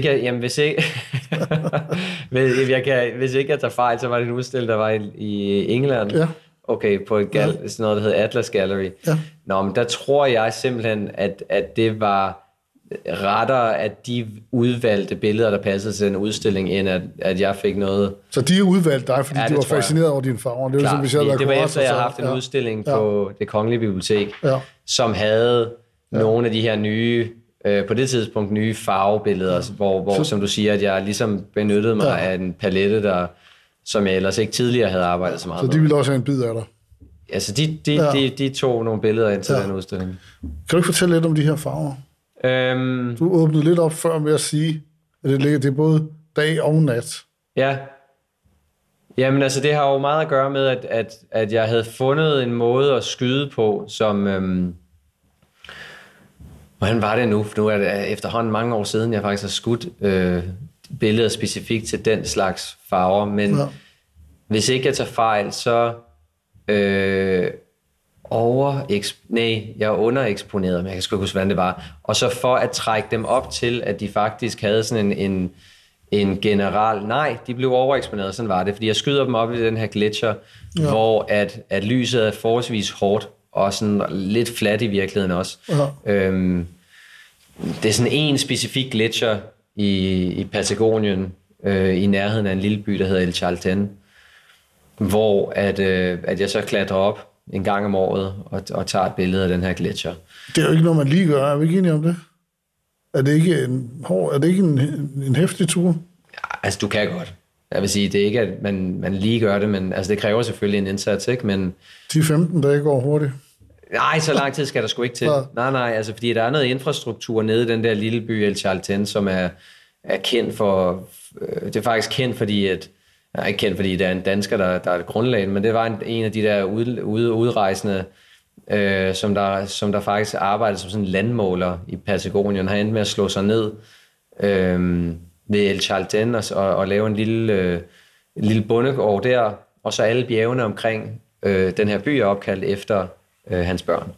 ikke jeg tager fejl, så var det en udstilling, der var i England. Ja. Okay, på sådan noget, der hedder Atlas Gallery. Ja. Nå, men der tror jeg simpelthen, at det var rettere, at de udvalgte billeder, der passede til den udstilling, end at jeg fik noget... Så de udvalgte dig, fordi de var fascineret over dine farver? Det var, ligesom, det var efter, jeg havde haft en udstilling på Det Kongelige Bibliotek, som havde nogle af de her nye, på det tidspunkt nye farvebilleder, hvor som du siger, at jeg ligesom benyttede mig af en palette, som jeg ellers ikke tidligere havde arbejdet så meget med. Så de ville også have en bid af dig? Altså, de tog nogle billeder ind til den udstilling. Kan du ikke fortælle lidt om de her farver? Du åbnede lidt op før med at sige, at det er både dag og nat. Ja. Jamen altså, det har jo meget at gøre med, at jeg havde fundet en måde at skyde på, som... hvordan var det nu? For nu er det efterhånden mange år siden, jeg faktisk har skudt billeder specifikt til den slags farver. Men hvis ikke jeg tager fejl, så... jeg er undereksponeret, men jeg kan sgu ikke huske, hvordan det var. Og så for at trække dem op til, at de faktisk havde sådan en general... Nej, de blev overeksponeret, sådan var det. Fordi jeg skyder dem op i den her gletscher, hvor at lyset er forholdsvis hårdt, og sådan lidt fladt i virkeligheden også. Det er sådan en specifik gletscher i Patagonien, i nærheden af en lille by, der hedder El Chaltén, hvor at jeg så klatrer op en gang om året og tager et billede af den her gletscher. Det er jo ikke noget, man lige gør. Er vi ikke enige om det? Er det ikke en heftig tur? Ja, altså, du kan godt. Jeg vil sige, det er ikke, at man lige gør det, men altså, det kræver selvfølgelig en indsats, ikke? Men 10-15 dage går hurtigt. Nej, så lang tid skal der sgu ikke til. Nej, altså, fordi der er noget infrastruktur nede i den der lille by El Chaltén, som er kendt for... det er faktisk kendt, fordi at... Jeg er ikke kendt, fordi det er en dansker, der er grundlag, men det var en af de der udrejsende, som der faktisk arbejdede som sådan en landmåler i Patagonien. Han endte med at slå sig ned ved El Chaltén og lave en lille bondegård der, og så alle bjergene omkring den her by er opkaldt efter hans børn.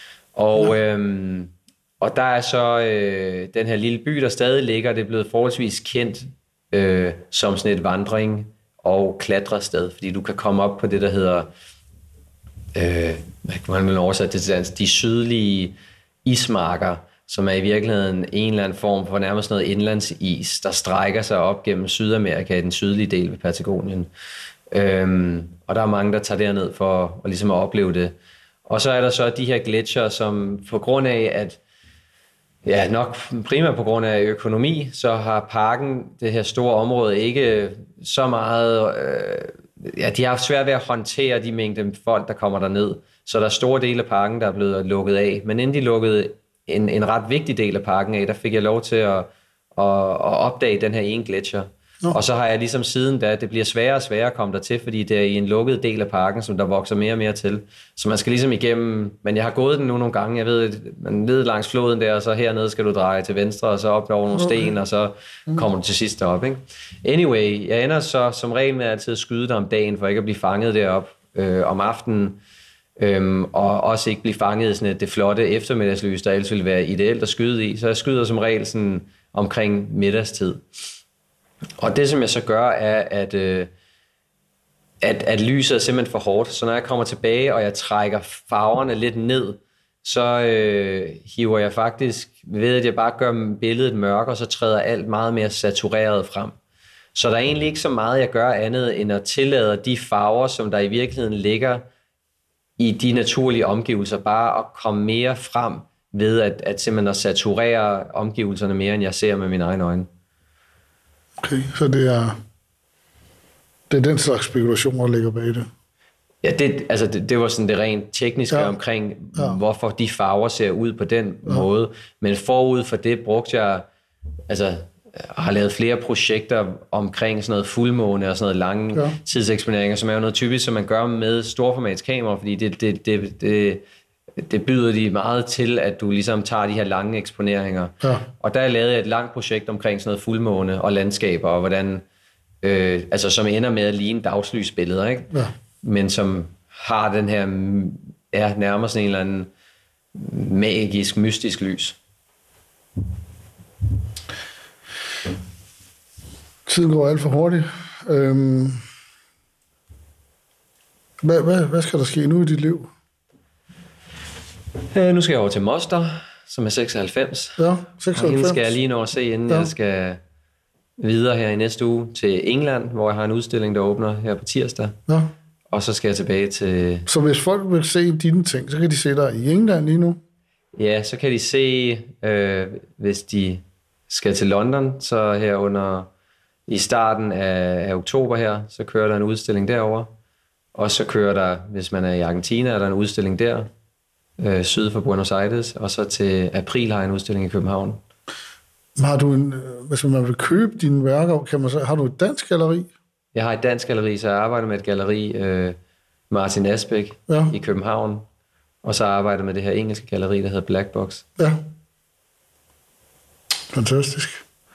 Og der er så den her lille by, der stadig ligger, det er blevet forholdsvis kendt som sådan et vandring og klatrested, fordi du kan komme op på det, der hedder, hvad kan man oversætte det til dansk, de sydlige ismarker, som er i virkeligheden en eller anden form for nærmest noget indlandsis, der strækker sig op gennem Sydamerika i den sydlige del af Patagonien. Og der er mange, der tager derned for at, ligesom at opleve det. Og så er der så de her gletsjer, som på grund af, at nok primært på grund af økonomi, så har parken, det her store område, ikke så meget... de har haft svært ved at håndtere de mængde folk, der kommer derned. Så der er store dele af parken, der er blevet lukket af. Men inden de lukkede en ret vigtig del af parken af, der fik jeg lov til at opdage den her ene gletsjer. Og så har jeg ligesom siden da, det bliver sværere og sværere at komme der til, fordi det er i en lukket del af parken, som der vokser mere og mere til. Så man skal ligesom igennem, men jeg har gået den nu nogle gange, jeg ved, man ned langs floden der, og så hernede skal du dreje til venstre, og så op over nogle sten, og så kommer du til sidst derop, ikke? Anyway, jeg ender så som regel med altid at skyde der om dagen, for ikke at blive fanget derop om aftenen, og også ikke blive fanget i sådan det flotte eftermiddagslys, der ellers ville være ideelt at skyde i. Så jeg skyder som regel sådan omkring middagstid. Og det, som jeg så gør, er, at lyset er simpelthen for hårdt. Så når jeg kommer tilbage, og jeg trækker farverne lidt ned, så hiver jeg faktisk, ved at jeg bare gør billedet mørkere, så træder alt meget mere satureret frem. Så der er egentlig ikke så meget, jeg gør andet, end at tillade de farver, som der i virkeligheden ligger i de naturlige omgivelser, bare at komme mere frem ved at simpelthen at saturere omgivelserne mere, end jeg ser med mine egne øjne. Okay, så det er den slags spekulation, der ligger bag det. Ja, det var sådan det rent tekniske omkring, hvorfor de farver ser ud på den måde. Men forud for det brugte jeg, har lavet flere projekter omkring sådan noget fuldmåne og sådan noget lange tidseksponeringer, som er jo noget typisk, som man gør med storformatskamera, fordi det byder de meget til, at du ligesom tager de her lange eksponeringer. Ja. Og der lavede jeg et langt projekt omkring sådan noget fuldmåne og landskaber, og hvordan, som ender med at ligne dagslysbilleder, ikke? Ja. Men som har den her nærmer sådan en eller anden magisk, mystisk lys. Tiden går alt for hurtigt. Hvad skal der ske nu i dit liv? Nu skal jeg over til moster, som er 96. Ja, Og 96. hende skal jeg lige nå at se, inden jeg skal videre her i næste uge til England, hvor jeg har en udstilling, der åbner her på tirsdag. Ja. Og så skal jeg tilbage til... Så hvis folk vil se dine ting, så kan de se dig i England lige nu? Ja, så kan de se, hvis de skal til London, så her i starten af oktober her, så kører der en udstilling derover. Og så kører der, hvis man er i Argentina, er der en udstilling der, syd for Buenos Aires, og så til april har jeg en udstilling i København. Har du hvis man vil købe dine værker, har du et dansk galleri? Jeg har et dansk galleri, så jeg arbejder med et galleri, Martin Asbæk i København, og så arbejder med det her engelske galleri, der hedder Black Box. Ja. Fantastisk.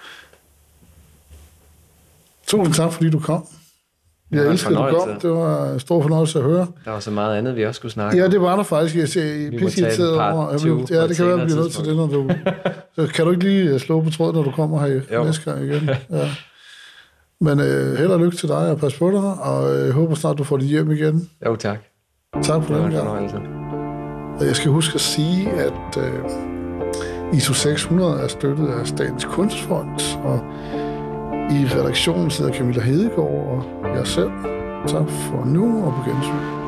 Tusind tak, fordi du kom. Jeg elsker, at du kom. Det var en stor fornøjelse at høre. Der var så meget andet, vi også skulle snakke om. Ja, det var der faktisk. Jeg ser pisseirriteret over. Ja, det kan være, at vi bliver nødt til det, når du... Så kan du ikke lige slå på tråden, når du kommer her næste gang igen? Ja. Men held og lykke til dig, og pas på dig, og jeg håber snart, du får det hjem igen. Jo, tak. Tak for den gang. Jeg skal huske at sige, at ISO 600 er støttet af Statens Kunstfond, og i redaktionen sidder Camilla Hedegaard og jeg selv. Tak for nu, og på gensyn.